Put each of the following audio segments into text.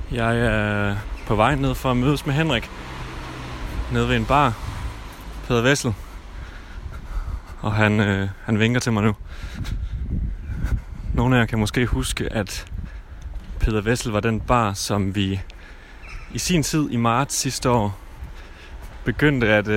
Jeg er på vej ned for at mødes med Henrik. Nede ved en bar. Peder Wessel. Og han vinker til mig nu. Nogle af jer kan måske huske, at Peder Wessel var den bar, som vi i sin tid i marts sidste år begyndte at...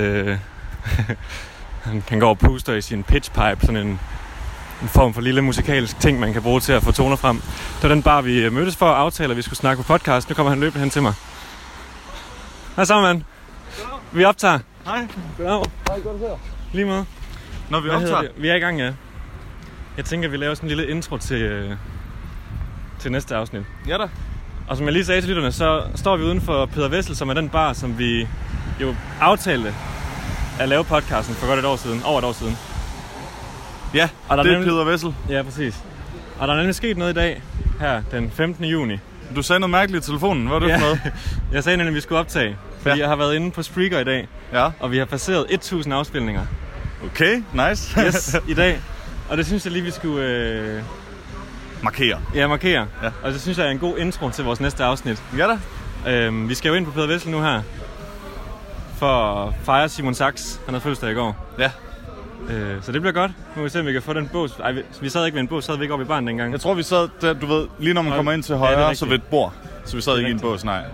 han går og puster i sin pitchpipe, sådan en form for lille musikalsk ting, man kan bruge til at få toner frem. Det var den bar, vi mødtes for at aftale, at vi skulle snakke på podcast. Nu kommer han løbende hen til mig. Hej sammen, mand. Vi optager. Hej. Goddag. Hej, godt at se. Lige med. Når vi optager? Vi er i gang, ja. Jeg tænker, at vi laver sådan en lille intro til næste afsnit. Ja da. Og som jeg lige sagde til lytterne, så står vi uden for Peder Wessel, som er den bar, som vi jo aftalte at lave podcasten for godt over et år siden. Ja, og der det er Peder Wessel. Ja, præcis. Og der er nemlig sket noget i dag, her den 15. juni. Du sagde noget mærkeligt i telefonen. Hvad var det for noget? Jeg sagde nemlig, at vi skulle optage, fordi jeg har været inde på Spreaker i dag. Ja. Og vi har passeret 1000 afspilninger. Okay, nice. Yes, i dag. Og det synes jeg lige, vi skulle... Markere. Ja, markere. Ja. Og det synes jeg er en god intro til vores næste afsnit. Ja da. Vi skal jo ind på Peder Wessel nu her, for at fejre Simon Sachs. Han havde fødselsdag i går. Ja. Så det bliver godt. Nu må vi se, om vi kan få den bås. Ej, vi sad ikke ved en bås, sad vi ikke oppe i baren dengang. Jeg tror, vi sad der, du ved, lige når man kommer ind til højre, så ved et bord. Så vi sad ikke i en bås, nej.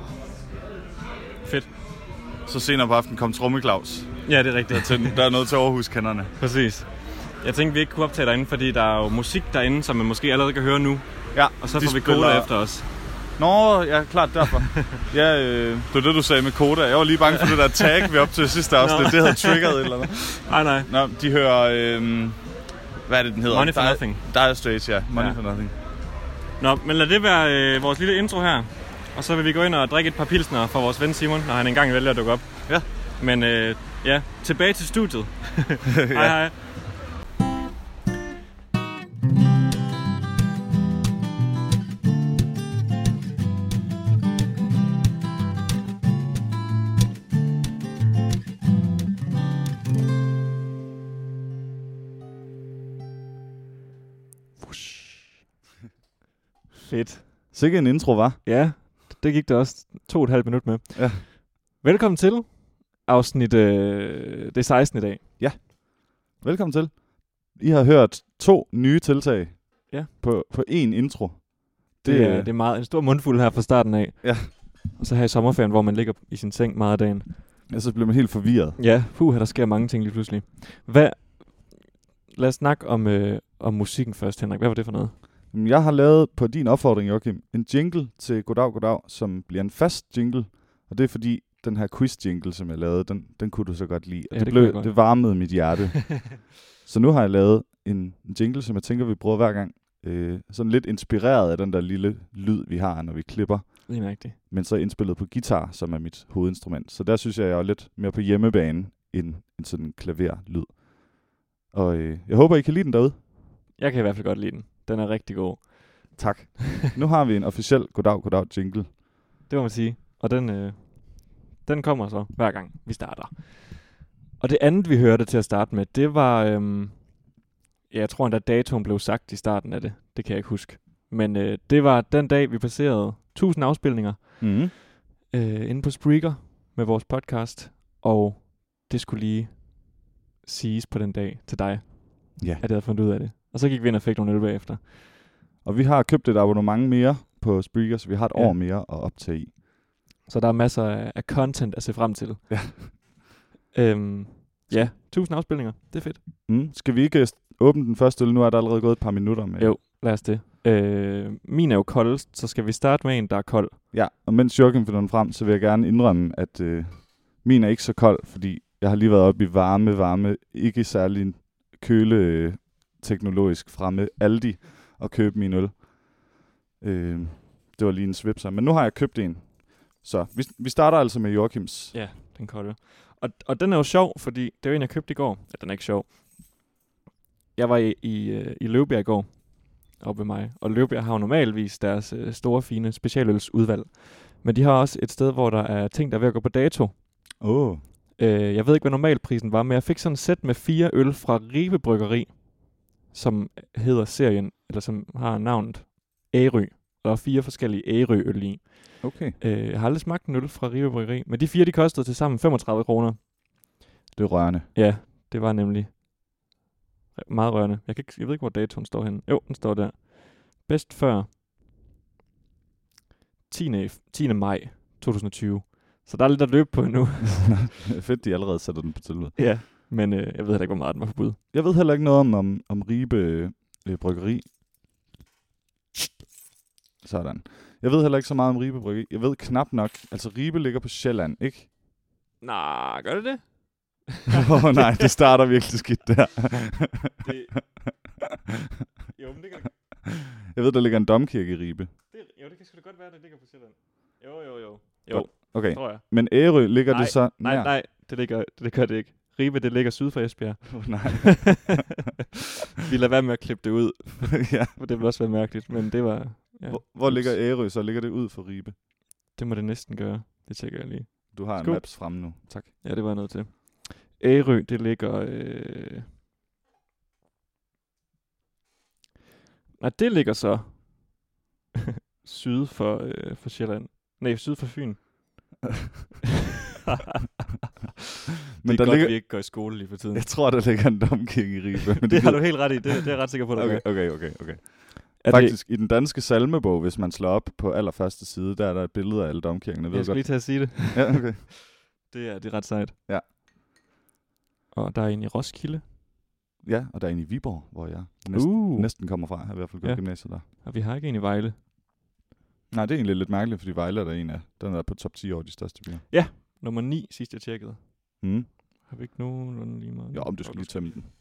Fedt. Så senere på aftenen kom Trommeklaus. Ja, det er rigtigt. Der er noget til Aarhus-kenderne. Præcis. Jeg tænkte, vi ikke kunne optage derinde, fordi der er jo musik derinde, som man måske allerede kan høre nu. Ja, og så får vi Koda efter os. Nå, ja, klart derfor. Ja, det var det, du sagde med Koda. Jeg var lige bange for det der tag, vi op til sidste afsnit. Det havde triggeret eller noget. Nej. Nå, de hører... hvad er det, den hedder? Money for Nothing. Dire Straits, ja. Money for Nothing. Nå, men lad det være vores lille intro her. Og så vil vi gå ind og drikke et par pilsner for vores ven Simon, når han engang vælger at dukke op. Ja. Men ja, tilbage til studiet. Hej, hej. Fedt. Sikke en intro, var. Ja, det gik der også 2,5 minut med. Ja. Velkommen til afsnit det er 16 i dag. Ja. Velkommen til. I har hørt 2 nye tiltag på én intro. Det er meget en stor mundfuld her fra starten af. Ja. Og så her i sommerferien, hvor man ligger i sin seng meget af dagen. Ja, så bliver man helt forvirret. Ja, der sker mange ting lige pludselig. Lad os snakke om musikken først, Henrik. Hvad var det for noget? Jeg har lavet på din opfordring, Joachim, en jingle til Goddag, som bliver en fast jingle. Og det er fordi, den her quiz-jingle, som jeg lavede, den kunne du så godt lide. Og ja, det varmede mit hjerte. Så nu har jeg lavet en jingle, som jeg tænker, vi bruger hver gang. Sådan lidt inspireret af den der lille lyd, vi har, når vi klipper. Det er rigtigt. Men så indspillet på guitar, som er mit hovedinstrument. Så der synes jeg er lidt mere på hjemmebane, end sådan en klaverlyd. Og jeg håber, I kan lide den derude. Jeg kan i hvert fald godt lide den. Den er rigtig god. Tak. Nu har vi en officiel Goddag jingle. Det må man sige. Og den kommer så hver gang vi starter. Og det andet, vi hørte til at starte med, det var... jeg tror endda, datoen blev sagt i starten af det. Det kan jeg ikke huske. Men det var den dag, vi passerede 1000 afspilninger inde på Spreaker med vores podcast. Og det skulle lige siges på den dag til dig, at jeg havde fundet ud af det. Og så gik vi ind og fik nogle øl bagefter. Og vi har købt et abonnement mere på Spreaker, så vi har et år mere at optage i. Så der er masser af content at se frem til. Ja. 1000 afspilninger. Det er fedt. Skal vi ikke åbne den første øl? Nu er der allerede gået et par minutter med. Jo, lad os det. Min er jo kold, så skal vi starte med en, der er kold. Ja, og mens Joachim finder den frem, så vil jeg gerne indrømme, at min er ikke så kold, fordi jeg har lige været oppe i varme, ikke særlig køle-teknologisk fremme Aldi og købe min øl. Det var lige en svipser, men nu har jeg købt en. Så vi starter altså med Joachims. Ja, den kolde. Og den er jo sjov, fordi det var en, jeg købte i går. Ja, den er ikke sjov. Jeg var i Løvbjerg i går, oppe ved mig. Og Løvbjerg har jo normalvis deres store, fine specialølsudvalg. Men de har også et sted, hvor der er ting, der er ved at gå på dato. Jeg ved ikke, hvad normalprisen var, men jeg fik sådan et sæt med 4 øl fra Ribe Bryggeri, som hedder serien, eller som har navnet Ærø. Der var 4 forskellige Ærø-øl i. Okay. Jeg har aldrig smagt en øl fra Ribe Bryggeri, men de 4, de kostede til sammen 35 kroner. Det er rørende. Ja, det var nemlig meget rørende. Jeg ved ikke, hvor datoen står henne. Jo, den står der. Bedst før 10. maj 2020. Så der er lidt at løbe på endnu. Fedt, de allerede sætter den på tilbud. Ja, men jeg ved heller ikke, hvor meget den var forbudt. Jeg ved heller ikke noget om Ribe Bryggeri. Sådan. Jeg ved heller ikke så meget om Ribe Bryggeri. Jeg ved knap nok. Altså, Ribe ligger på Sjælland, ikke? Nej, gør det det? Nej, det starter virkelig skidt der. Jo, men det kan Jeg ved, der ligger en domkirke i Ribe. det kan sgu da godt være, det ligger på Sjælland. Jo, Okay, tror jeg. men Ærø ligger det så nær? Nej, det gør det ikke. Ribe, det ligger syd for Esbjerg. Nej. Vi lader være med at klippe det ud, Ja. for det vil også være mærkeligt, men det var... Ja. Hvor ligger Ærø så? Ligger det ud for Ribe? Det må det næsten gøre. Det tjekker jeg lige. Du har en Skål. maps fremme nu. Tak. Ja, det var jeg nødt til. Ærø, det ligger... Nej, det ligger så syd for Sjælland. Nej, syd for Fyn. Men det der er godt, ligger... vi ikke går i skole lige for tiden. Jeg tror, der ligger en domkirke i Ribe. Men det har du helt ret i. Det er jeg ret sikker på, der Okay. Faktisk, i den danske salmebog, hvis man slår op på allerførste side, der er der et billede af alle domkirkerne. Jeg skal lige tage at sige det. Ja, okay. Det er ret sejt. Ja. Og der er en i Roskilde. Ja, og der er en i Viborg, hvor jeg næsten kommer fra. Jeg har i hvert fald gået gymnasiet der. Og vi har ikke en i Vejle. Nej, det er egentlig lidt mærkeligt, fordi Vejle er der en af. Den er på top 10 over de største byer. Ja, nummer 9 sidst jeg tjekkede. Mm. Har vi ikke nogen lige meget? Jo, om du skal lige tømme den.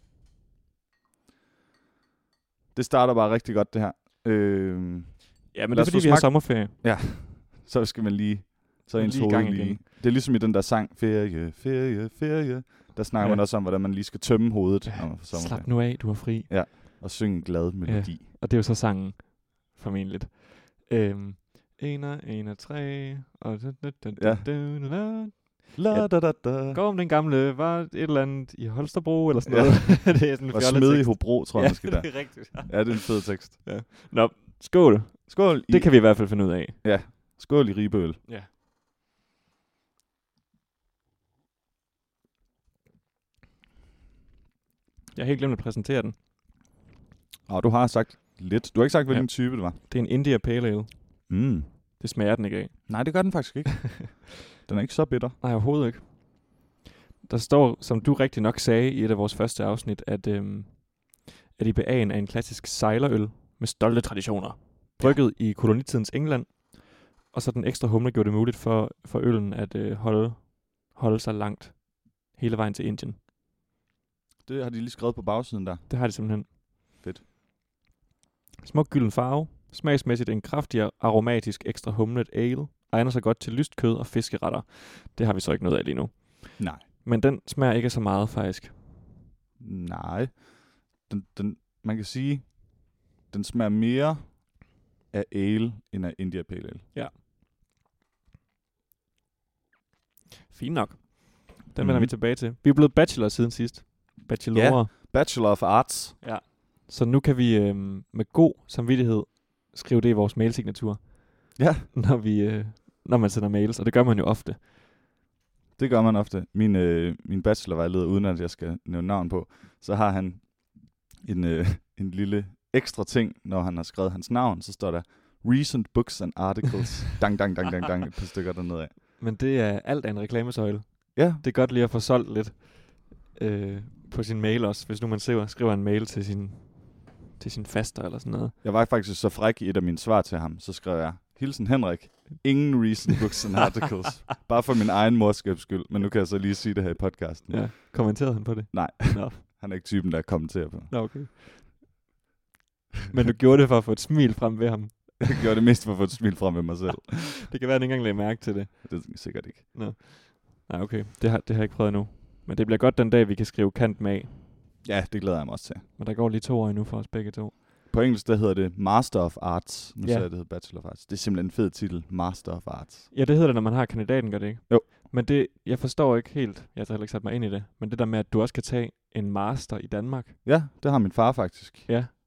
Det starter bare rigtig godt, det her. Ja, men det er fordi, vi har sommerferie. Ja, så skal man lige... Så er ens lige hoved lige... Det er ligesom i den der sang, ferie. Der snakker man også om, hvordan man lige skal tømme hovedet. Ja. Når man får sommerferie. Slap nu af, du er fri. Ja, og synge en glad melodi. Ja. Og det er jo så sangen, formentlig. 1, 3, og... Gå om den gamle, var et eller andet i Holstebro, eller sådan noget. Det er sådan en og smed i Hobro, tror jeg måske der. det er rigtigt. Ja, det er en fed tekst. Ja. Nå, skål. Skål. Det kan vi i hvert fald finde ud af. Ja, skål i Ribeøl. Ja. Jeg har helt glemt at præsentere den. Du har sagt lidt. Du har ikke sagt, hvilken type det var. Det er en India Pale Ale. Mm. Det smager den ikke af. Nej, det gør den faktisk ikke. Den er ikke så bitter. Nej, overhovedet ikke. Der står, som du rigtig nok sagde i et af vores første afsnit, at IPA'en er en klassisk sejlerøl med stolte traditioner. Brygget i kolonitidens England. Og så den ekstra humle gjorde det muligt for øllen at holde sig langt hele vejen til Indien. Det har de lige skrevet på bagsiden der. Det har de simpelthen. Fedt. Smuk gylden farve. Smagsmæssigt en kraftig aromatisk ekstra humlet ale. Egner sig godt til lyst kød og fiskeretter. Det har vi så ikke noget af lige nu. Nej. Men den smager ikke så meget faktisk. Nej. Man kan sige, den smager mere af ale end af India Pale Ale. Ja. Fint nok. Den vender vi tilbage til. Vi er blevet bachelor siden sidst. Bachelorer. Ja, Bachelor of Arts. Ja. Så nu kan vi med god samvittighed skrive det i vores mailsignatur. Ja. Når man sender mails, og det gør man jo ofte. Det gør man ofte. Min bachelorvejleder, uden at jeg skal nævne navn på, så har han en lille ekstra ting, når han har skrevet hans navn, så står der Recent Books and Articles. dang, et par stykker dernede af. Men det er alt af en reklamesøjle. Ja. Det er godt lige at få solgt lidt på sin mail også, hvis nu man skriver en mail til sin faster eller sådan noget. Jeg var faktisk så fræk i et af mine svar til ham, så skrev jeg, hilsen Henrik, ingen recent books and articles. Bare for min egen morskabs skyld, men nu kan jeg så lige sige det her i podcasten. Ja, kommenterede han på det? Nej, no. Han er ikke typen, der kommenterer på. Nå, okay. Men du gjorde det for at få et smil frem ved ham? Jeg gjorde det mest for at få et smil frem ved mig selv. Det kan være, at han ikke engang lagde mærke til det. Det er sikkert ikke. Nå. Nej, okay. Det har jeg ikke prøvet endnu. Men det bliver godt den dag, vi kan skrive kant med af. Ja, det glæder jeg mig også til. Men der går lige 2 år endnu for os begge to. På engelsk, der hedder det Master of Arts. Nu ja. sagde jeg, det hedder Bachelor of Arts. Det er simpelthen en fed titel, Master of Arts. Ja, det hedder det, når man har kandidaten, gør det ikke? Jo. Men det, jeg forstår ikke helt, jeg har heller ikke sat mig ind i det, men det der med, at du også kan tage en master i Danmark. Ja, det har min far faktisk. Ja,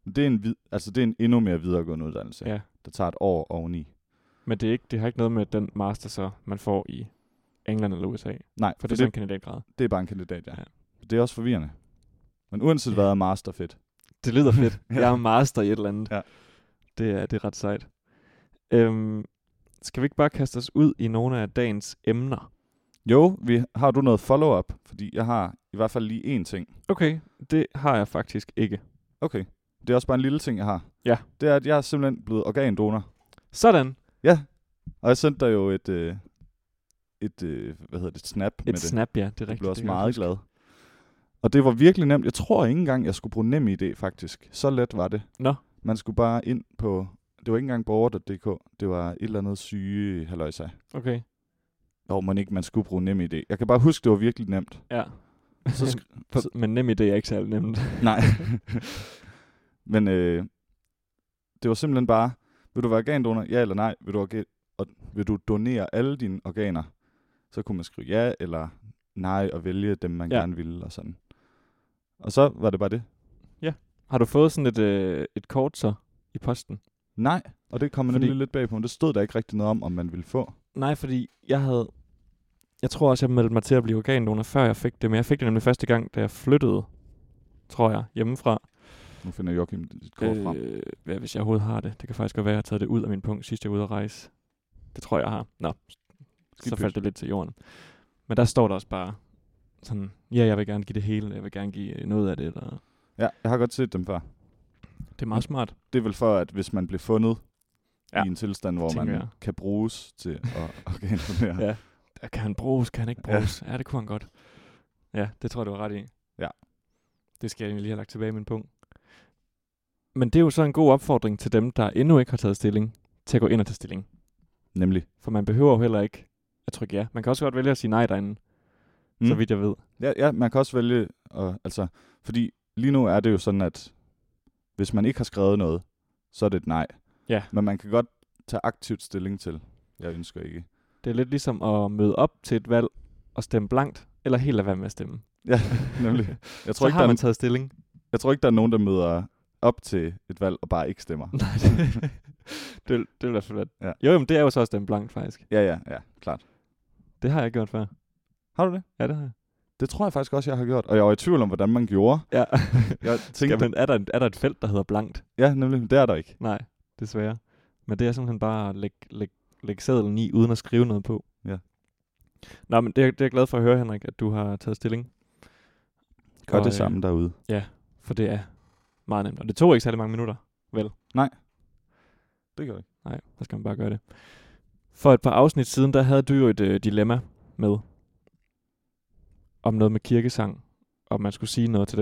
Det er en endnu mere videregående uddannelse, Ja. der tager et år oveni. Men det har ikke noget med den master, så man får i England eller USA. Nej, For det er sådan en kandidatgrad. det er bare en kandidat, ja. Ja. Det er også forvirrende. Men uanset hvad er master fedt. Det lyder fedt. Ja. Jeg er master i et eller andet. Ja. Det er ret sejt. Skal vi ikke bare kaste os ud i nogle af dagens emner? Jo, har du noget follow-up? Fordi jeg har i hvert fald lige én ting. Okay, det har jeg faktisk ikke. Okay. Det er også bare en lille ting, jeg har. Ja. Det er, at jeg er simpelthen blevet organdonor. Sådan. Ja. Og jeg sendte dig jo et snap med det. Et snap, ja. Det er Jeg rigtigt. blev også det kan jeg meget huske. glad. Og det var virkelig nemt. Jeg tror ikke engang, jeg skulle bruge NemID, faktisk. Så let var det. Nå. Man skulle bare ind på... Det var ikke engang borger.dk. Det var et eller andet syge halløjsa. Okay. Jo, man ikke, man skulle bruge NemID. Jeg kan bare huske, det var virkelig nemt. Ja. Så Men NemID er ikke særlig nemt. Nej. Men det var simpelthen bare, vil du være organdonor? Ja eller nej? Vil du donere alle dine organer? Så kunne man skrive ja eller nej og vælge dem, man gerne ville og sådan. Og så var det bare det. Ja. Har du fået sådan et kort så i posten? Nej, og det kom nemlig lidt bag på, men det stod der ikke rigtig noget om man ville få. Nej, fordi jeg tror også, jeg meldte mig til at blive organdonor, før jeg fik det. Men jeg fik det nemlig første gang, da jeg flyttede, tror jeg, hjemmefra. Nu finder Joachim dit kort frem. Ja, hvis jeg overhovedet har det. Det kan faktisk godt være, at jeg har taget det ud af min punkt, sidst jeg var ude at rejse. Det tror jeg har. Nå, så faldt det lidt til jorden. Men der står der også bare sådan, ja, jeg vil gerne give det hele, jeg vil gerne give noget af det. Eller... Ja, jeg har godt set dem før. Det er meget smart. Det er vel for, at hvis man bliver fundet i en tilstand, hvor man kan bruges til at organdonere. Ja, kan han bruges, kan han ikke bruges? Ja, det kunne han godt. Ja, det tror jeg, du har ret i. Ja. Det skal jeg egentlig lige have lagt tilbage i min punkt. Men det er jo så en god opfordring til dem, der endnu ikke har taget stilling, til at gå ind og tage stilling. Nemlig. For man behøver jo heller ikke at trykke ja. Man kan også godt vælge at sige nej derinde, så vidt jeg ved. Ja, man kan også vælge, fordi lige nu er det jo sådan, at hvis man ikke har skrevet noget, så er det et nej. Ja. Men man kan godt tage aktivt stilling til, jeg ønsker ikke. Det er lidt ligesom at møde op til et valg og stemme blankt, eller helt lade være med at stemme. Ja, nemlig. Jeg tror så ikke, har man taget stilling. Jeg tror ikke, der er nogen, der møder op til et valg og bare ikke stemmer. Nej, det vil i hvert fald være. Ja. Jo, men det er jo så at stemme blankt, faktisk. Ja, klart. Det har jeg gjort før. Har du det? Ja, det har jeg. Det tror jeg faktisk også, jeg har gjort. Og jeg var i tvivl om, hvordan man gjorde. Ja. Jeg tænkte, er der et felt, der hedder blankt? Ja, nemlig. Det er der ikke. Nej, desværre. Men det er simpelthen bare at lægge sedlen i, uden at skrive noget på. Ja. Nå, men det er jeg glad for at høre, Henrik, at du har taget stilling. Gør det samme derude. Ja, for det er meget nemt. Og det tog ikke særlig mange minutter, vel? Nej. Det gør det ikke. Nej, så skal man bare gøre det. For et par afsnit siden, der havde du jo et dilemma med, om noget med kirkesang, og man skulle sige noget til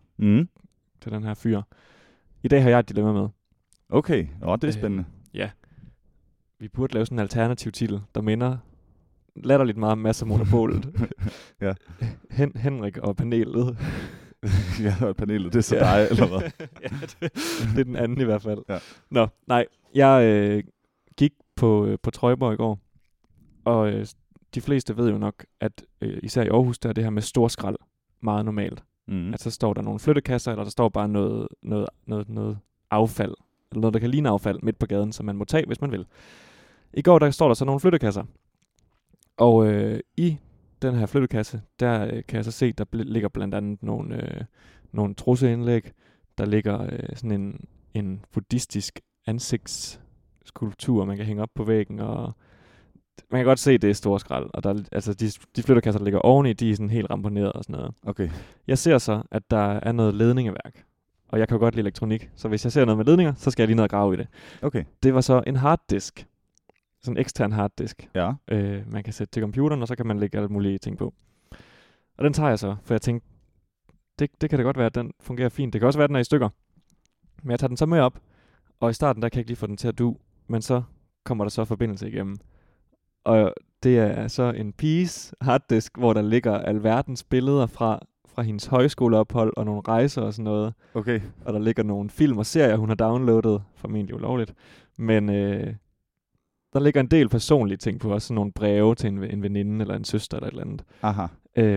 den her fyr. I dag har jeg et dilemma med. Okay, det er spændende. Ja. Vi burde lave sådan en alternativ titel, der minder latterligt meget om Masser Monopolet. Ja. Henrik og panelet. Ja, og panelet, det er så dig, eller hvad? Ja, det er den anden i hvert fald. Ja. Nå, nej. Jeg gik på Trøjborg i går, og de fleste ved jo nok, at især i Aarhus, der er det her med storskrald meget normalt. At så står der nogle flyttekasser, eller der står bare noget affald, eller noget, der kan ligne affald midt på gaden, som man må tage, hvis man vil. I går, der står der så nogle flyttekasser. Og i den her flyttekasse, der kan jeg så se, der ligger blandt andet nogle trusseindlæg. Der ligger sådan en buddhistisk ansigtsskulptur, man kan hænge op på væggen, og man kan godt se, det er storskrald. Og der, altså de flyttekasser, der ligger oveni, de er sådan helt ramponeret og sådan noget. Okay. Jeg ser så, at der er noget ledningeværk. Og jeg kan jo godt lide elektronik, så hvis jeg ser noget med ledninger, så skal jeg lige ned og grave i det. Okay. Det var så en harddisk. Sådan en ekstern harddisk. Ja. Man kan sætte til computeren, og så kan man lægge alle mulige ting på. Og den tager jeg så, for jeg tænkte, det kan da godt være, at den fungerer fint. Det kan også være, at den er i stykker. Men jeg tager den så med op, og i starten, der kan jeg ikke lige få den til at du, men så kommer der så forbindelse igennem. Og det er så en piece harddisk, hvor der ligger alverdens billeder fra hendes højskoleophold og nogle rejser og sådan noget. Okay. Og der ligger nogle film og serier, hun har downloadet, formentlig ulovligt. Men der ligger en del personlige ting på, også sådan nogle breve til en veninde eller en søster eller et eller andet. Aha.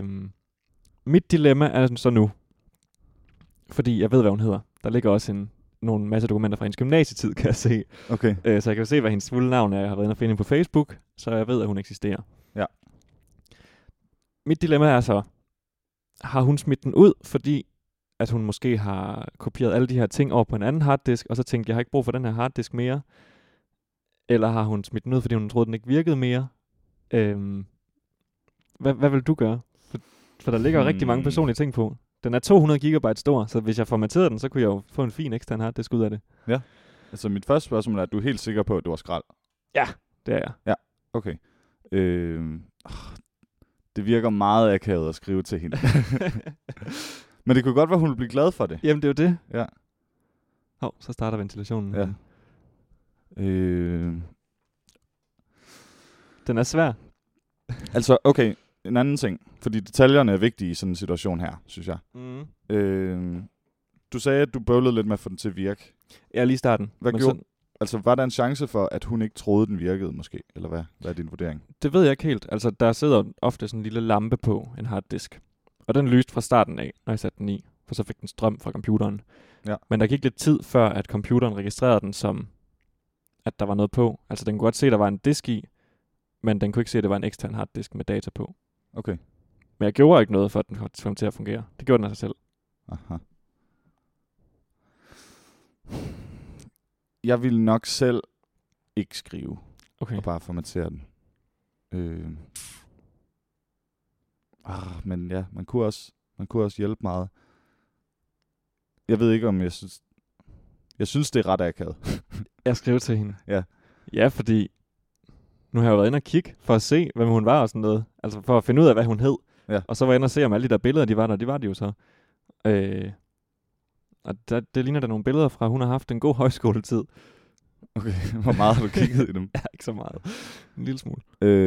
Mit dilemma er så nu, fordi jeg ved, hvad hun hedder. Der ligger også nogle masse dokumenter fra hendes gymnasietid, kan jeg se. Okay. Så jeg kan jo se, hvad hendes fulde navn er. Jeg har været inde og finde hende på Facebook, så jeg ved, at hun eksisterer. Ja. Mit dilemma er så, har hun smidt den ud, fordi at hun måske har kopieret alle de her ting over på en anden harddisk, og så tænkte, jeg har ikke brug for den her harddisk mere? Eller har hun smidt den ud, fordi hun troede, den ikke virkede mere? Hvad vil du gøre? For der ligger jo rigtig mange personlige ting på. Den er 200 GB stor, så hvis jeg formaterede den, så kunne jeg jo få en fin ekstern harddisk ud af det. Ja. Altså mit første spørgsmål er, at du er helt sikker på, at det var skrald? Ja, det er jeg. Ja, okay. Det virker meget akavet at skrive til hende. Men det kunne godt være, hun ville blive glad for det. Jamen, det er jo det. Ja. Så starter ventilationen. Ja. Den er svær. Altså, okay, en anden ting. Fordi detaljerne er vigtige i sådan en situation her, synes jeg. Du sagde, at du bøvlede lidt med at få den til at virke. Ja, lige i starten. Altså, var der en chance for, at hun ikke troede, den virkede måske? Eller hvad er din vurdering? Det ved jeg ikke helt. Altså, der sidder ofte sådan en lille lampe på en harddisk. Og den lyste fra starten af, når jeg satte den i. For så fik den strøm fra computeren. Ja. Men der gik lidt tid før, at computeren registrerede den som, at der var noget på. Altså, den kunne godt se, at der var en disk i, men den kunne ikke se, at det var en ekstern harddisk med data på. Okay. Men jeg gjorde ikke noget for, at den kom til at fungere. Det gjorde den af sig selv. Aha. Jeg vil nok selv ikke skrive. Okay. Og bare formatere den. Men ja, man kunne også hjælpe meget. Jeg ved ikke, om jeg synes det er ret akavet. Jeg skrev til hende. Ja. Ja, fordi nu har jeg jo været inde og kigge for at se, hvem hun var og sådan noget. Altså for at finde ud af, hvad hun hed. Ja. Og så var jeg inde og se, om alle de der billeder, de var der. De var de jo så. Og det ligner der nogle billeder fra, hun har haft en god højskoletid. Okay, hvor meget har du kigget i dem? Ja, ikke så meget. En lille smule.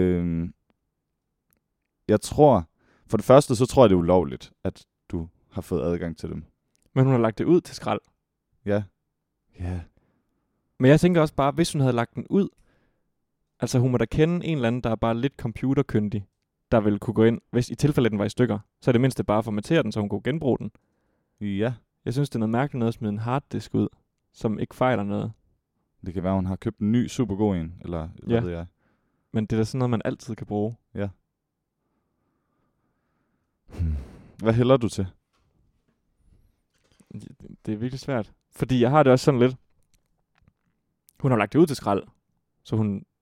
Jeg tror, for det første, så tror jeg, det er ulovligt, at du har fået adgang til dem. Men hun har lagt det ud til skrald. Ja. Ja. Men jeg tænker også bare, hvis hun havde lagt den ud, altså hun må da kende en eller anden, der er bare lidt computerkyndig, der vil kunne gå ind, hvis i tilfælde den var i stykker, så er det mindste bare at formatere den, så hun kunne genbruge den. Ja. Jeg synes, det er noget mærkeligt noget at smide en harddisk ud, som ikke fejler noget. Det kan være, hun har købt en ny supergod en, eller hvad ved jeg. Men det er da sådan noget, man altid kan bruge. Ja. Hvad hælder du til? Det er virkelig svært. Fordi jeg har det også sådan lidt. Hun har lagt det ud til skrald. Så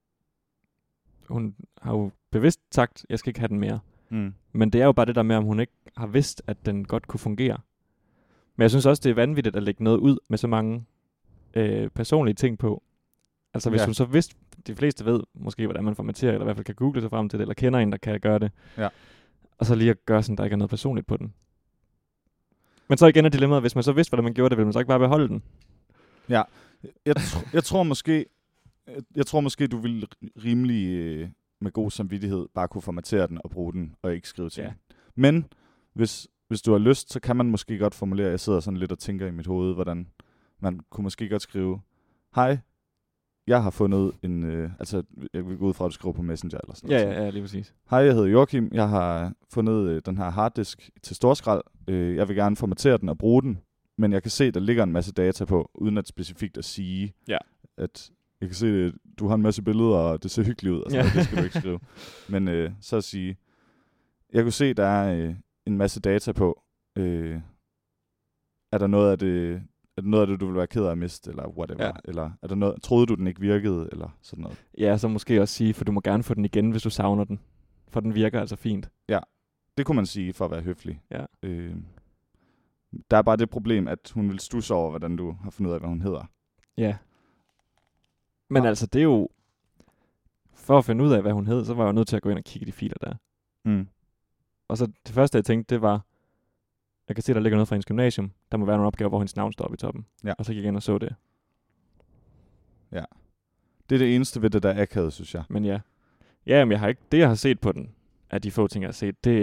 hun har jo bevidst sagt, jeg skal ikke have den mere. Men det er jo bare det der med, om hun ikke har vidst, at den godt kunne fungere. Men jeg synes også, det er vanvittigt at lægge noget ud med så mange personlige ting på. Altså hvis hun så vidste, de fleste ved måske, hvordan man formaterer, eller i hvert fald kan google sig frem til det, eller kender en, der kan gøre det. Ja. Og så lige at gøre sådan, der ikke er noget personligt på den. Men så igen er dilemmaet, hvis man så vidste, hvordan man gjorde det, ville man så ikke bare beholde den? Ja, jeg tror måske, du ville rimelig med god samvittighed bare kunne formatere den og bruge den, og ikke skrive til den. Men hvis du har lyst, så kan man måske godt formulere, jeg sidder sådan lidt og tænker i mit hoved, hvordan man kunne måske godt skrive, hej, jeg har fundet en, jeg vil gå ud fra, at du skriver på Messenger eller sådan noget. Ja, lige præcis. Hej, jeg hedder Joachim, jeg har fundet den her harddisk til storskrald. Jeg vil gerne formatere den og bruge den, men jeg kan se, der ligger en masse data på, uden at specifikt at sige, at jeg kan se, at du har en masse billeder, og det ser hyggeligt ud, og sådan noget, det skal du ikke skrive. Men så at sige, jeg kunne se, der er en masse data på. Er der noget af det, du vil være ked af at miste, eller whatever? Ja. Eller er der noget, troede du, den ikke virkede, eller sådan noget? Ja, så måske også sige, for du må gerne få den igen, hvis du savner den. For den virker altså fint. Ja, det kunne man sige, for at være høflig. Ja. Der er bare det problem, at hun vil stusse over, hvordan du har fundet ud af, hvad hun hedder. Ja. Men altså, det er jo... For at finde ud af, hvad hun hed, så var jeg jo nødt til at gå ind og kigge i de filer der. Og så det første, jeg tænkte, det var... Jeg kan se, der ligger noget fra hendes gymnasium. Der må være nogle opgaver, hvor hendes navn står oppe i toppen. Ja. Og så gik jeg ind og så det. Ja. Det er det eneste ved det, der er akavet, synes jeg. Men ja. Ja, men det, jeg har set på den, af de få ting, jeg har set, det er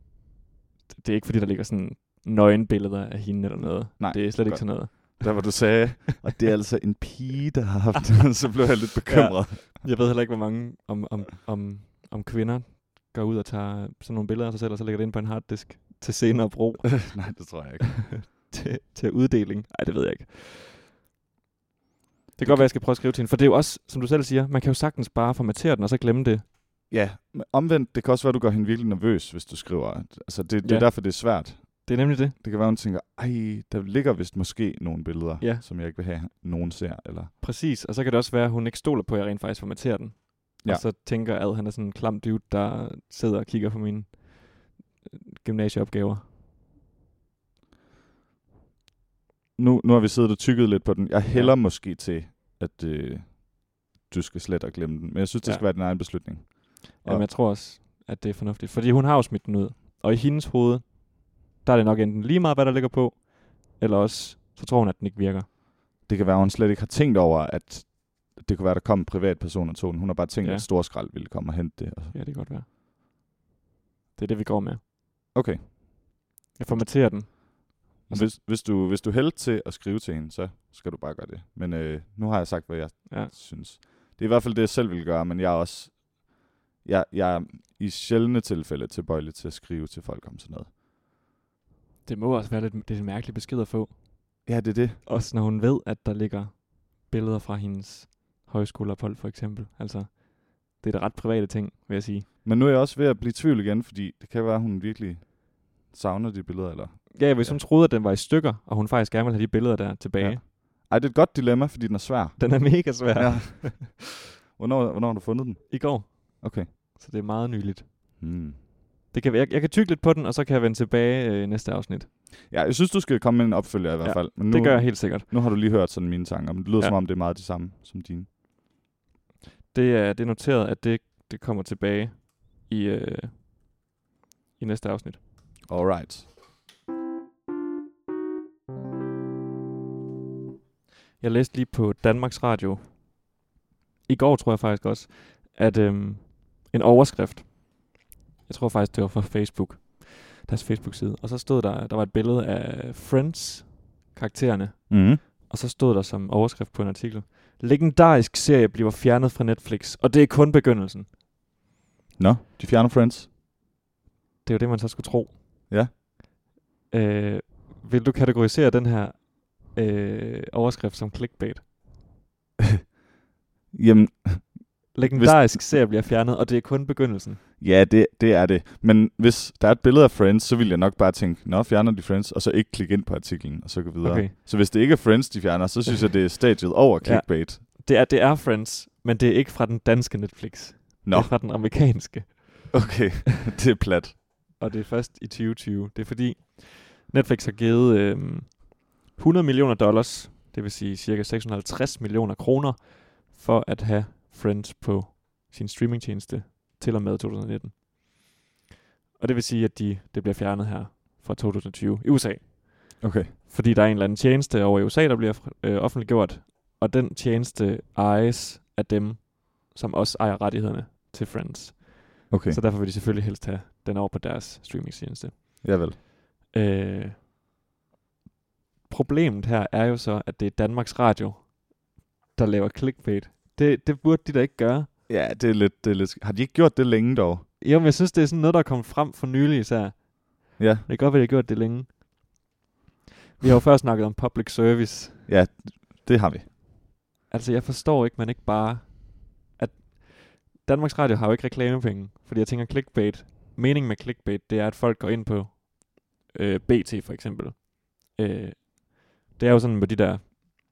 ikke fordi, der ligger sådan nøgenbilleder af hende eller noget. Nej, det er slet ikke sådan noget. Der hvor du sagde, og det er altså en pige, der har haft det, så blev jeg lidt bekymret. Ja. Jeg ved heller ikke, hvor mange om kvinder går ud og tager sådan nogle billeder af sig selv, og så lægger det ind på en harddisk til senere brug. Nej, det tror jeg ikke. til uddeling. Nej, det ved jeg ikke. kan godt være, jeg skal prøve at skrive til hende. For det er jo også, som du selv siger, man kan jo sagtens bare formatere den, og så glemme det. Ja, men omvendt, det kan også være, at du gør hende virkelig nervøs, hvis du skriver. Altså, det er derfor, det er svært. Det er nemlig det. Det kan være, hun tænker, der ligger vist måske nogle billeder, som jeg ikke vil have, nogen ser. Eller... Præcis, og så kan det også være, at hun ikke stoler på, at jeg rent faktisk formaterer den. Ja. Og så tænker at han er sådan en klam dude, der sidder og kigger på mine gymnasieopgaver. Nu har vi siddet og tykket lidt på den. Jeg hælder måske til, at du skal slet og glemme den. Men jeg synes, det skal være din egen beslutning. Jamen, jeg tror også, at det er fornuftigt. Fordi hun har jo smidt den ud. Og i hendes hoved, der er det nok enten lige meget, hvad der ligger på, eller også, så tror hun, at den ikke virker. Det kan være, at hun slet ikke har tænkt over, at det kunne være, der kom en privatperson og tog den. Hun har bare tænkt, at Storskrald ville komme og hente det. Ja, det kan godt være. Det er det, vi går med. Okay. Jeg formaterer den. Hvis du hælder til at skrive til hende, så skal du bare gøre det. Men nu har jeg sagt, hvad jeg synes. Det er i hvert fald det, jeg selv vil gøre, men jeg er også... Jeg er i sjældne tilfælde tilbøjelig til at skrive til folk om sådan noget. Det må også være lidt en mærkelig besked at få. Ja, det er det. Også når hun ved, at der ligger billeder fra hendes højskoleophold, for eksempel. Altså, det er da ret private ting, vil jeg sige. Men nu er jeg også ved at blive i tvivl igen, fordi det kan være, at hun virkelig savner de billeder, eller... Ja, hvis hun troede, at den var i stykker, og hun faktisk gerne ville have de billeder der tilbage. Ja. Ej, det er et godt dilemma, fordi den er svær. Den er mega svær. Ja. Hvornår har du fundet den? I går. Okay. Så det er meget nyligt. Det kan, jeg kan tygge lidt på den, og så kan jeg vende tilbage i næste afsnit. Ja, jeg synes, du skal komme med en opfølger i hvert fald. Men nu, det gør jeg helt sikkert. Nu har du lige hørt sådan mine tanker, men det lyder som om, det er meget det samme som dine. Det er noteret, at det kommer tilbage i næste afsnit. Alright. Jeg læste lige på Danmarks Radio, i går tror jeg faktisk også, at en overskrift, jeg tror faktisk det var fra Facebook, deres Facebook-side, og så stod der var et billede af Friends-karaktererne, og så stod der som overskrift på en artikel, legendarisk serie bliver fjernet fra Netflix, og det er kun begyndelsen. Nå, de fjerner Friends. Det er jo det, man så skulle tro. Ja. Vil du kategorisere den her overskrift som clickbait? Jamen... Legendarisk serie bliver fjernet, og det er kun begyndelsen. Ja, det er det. Men hvis der er et billede af Friends, så vil jeg nok bare tænke, nå, fjerner de Friends, og så ikke klikke ind på artiklen, og så gå videre. Okay. Så hvis det ikke er Friends, de fjerner, så synes jeg, det er stadiet over clickbait. Ja. Det er Friends, men det er ikke fra den danske Netflix. Nå. Det er fra den amerikanske. Okay, det er plat. Og det er først i 2020. Det er fordi, Netflix har givet $100 million, det vil sige ca. 650 millioner kroner, for at have Friends på sin streamingtjeneste til og med 2019. Og det vil sige, at det bliver fjernet her fra 2020 i USA. Okay. Fordi der er en eller anden tjeneste over i USA, der bliver offentliggjort, og den tjeneste ejes af dem, som også ejer rettighederne til Friends. Okay. Så derfor vil de selvfølgelig helst have den over på deres streamingtjeneste. Javel. Problemet her er jo så, at det er Danmarks Radio, der laver clickbait. Det burde de da ikke gøre. Ja, det er lidt... Har de ikke gjort det længe dog? Jo, men jeg synes, det er sådan noget, der er kommet frem for nylig især. Ja. Det kan godt være, de har gjort det længe. Vi har jo før snakket om public service. Ja, det har vi. Altså, jeg forstår ikke, man ikke bare... At Danmarks Radio har jo ikke reklamepenge, fordi jeg tænker clickbait. Meningen med clickbait, det er, at folk går ind på BT for eksempel. Det er jo sådan med de der...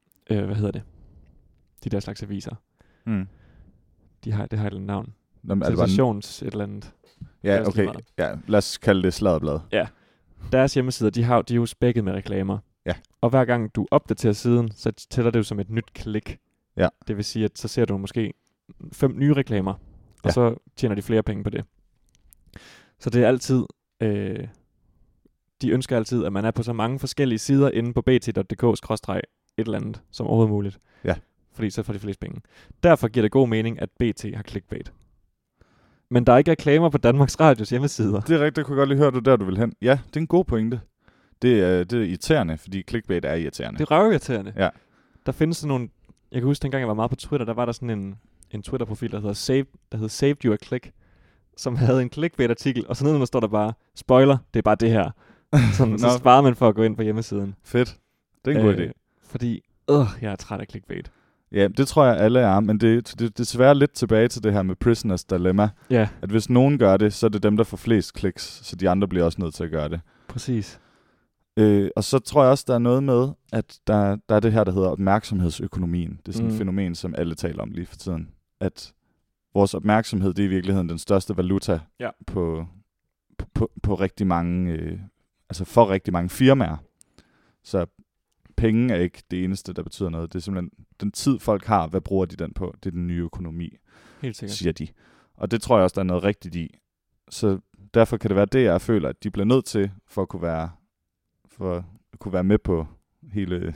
De der slags aviser. Det har et eller andet navn. Sensations et eller andet. Ja, okay. Ja, lad os kalde det sladderblad. Ja. Deres hjemmesider, de er jo spækket med reklamer. Ja. Og hver gang du opdaterer siden, så tæller det jo som et nyt klik. Ja. Det vil sige, at så ser du måske 5 nye reklamer, og så tjener de flere penge på det. Så det er altid... de ønsker altid, at man er på så mange forskellige sider inde på bt.dk/et eller andet, som overhovedet muligt. Ja. Fordi så får de flest penge. Derfor giver det god mening, at BT har clickbait. Men der er ikke reklamer på Danmarks Radios hjemmesider. Det er rigtigt, det kunne jeg godt lige høre, der du vil hen. Ja, det er en god pointe. Det er irriterende, fordi clickbait er irriterende. Det er røvirriterende. Ja. Der findes sådan nogle... Jeg kan huske, dengang jeg var meget på Twitter, der var der sådan en Twitter-profil, der hed Saved You a Click, som havde en clickbait-artikel, og så nedenunder står der bare, spoiler, det er bare det her. Så sparer man for at gå ind på hjemmesiden. Fedt. Det er en god idé. Fordi, jeg er træt af clickbait. Ja, det tror jeg alle er, men det er desværre lidt tilbage til det her med prisoners dilemma. Ja, At hvis nogen gør det, så er det dem, der får flest kliks, så de andre bliver også nødt til at gøre det. præcis. Og så tror jeg også, der er noget med, at der er det her, der hedder opmærksomhedsøkonomien. Det er sådan et fænomen, som alle taler om lige for tiden. At vores opmærksomhed, det er i virkeligheden den største valuta på rigtig mange, altså for rigtig mange firmaer. Så penge er ikke det eneste, der betyder noget. Det er simpelthen den tid, folk har. Hvad bruger de den på? Det er den nye økonomi, Helt sikkert. siger de. Og det tror jeg også, der er noget rigtigt i. Så derfor kan det være det, jeg føler, at de bliver nødt til, for at kunne være med på hele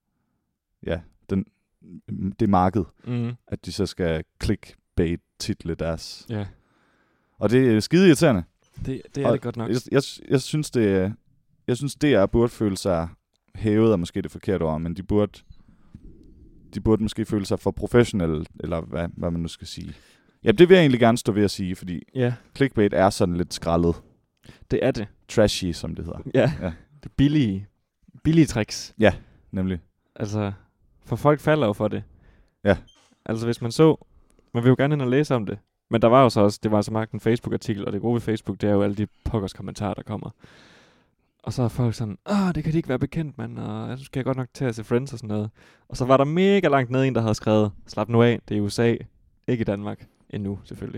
det marked, at de så skal clickbait-title deres. Ja. Og det er skide irriterende. Det er det godt nok. Jeg synes, DR burde føle sig hævet, er måske det forkerte ord, men de burde måske føle sig for professionelle, eller hvad man nu skal sige. Ja, det vil jeg egentlig gerne stå ved at sige, fordi clickbait er sådan lidt skrællet. Det er det. Trashy, som det hedder. Ja. Det er billige tricks. Ja, nemlig. Altså, for folk falder jo for det. Ja. Altså, hvis man vil jo gerne ind og læse om det. Men der var jo så også, det var så meget en Facebook-artikel, og det gode ved Facebook, det er jo alle de pokkers kommentarer, der kommer. Og så er folk sådan, det kan de ikke være bekendt, mand, og jeg skal godt nok til at se Friends og sådan noget. Og så var der mega langt nede en, der havde skrevet, slap nu af, det er USA, ikke i Danmark, endnu selvfølgelig.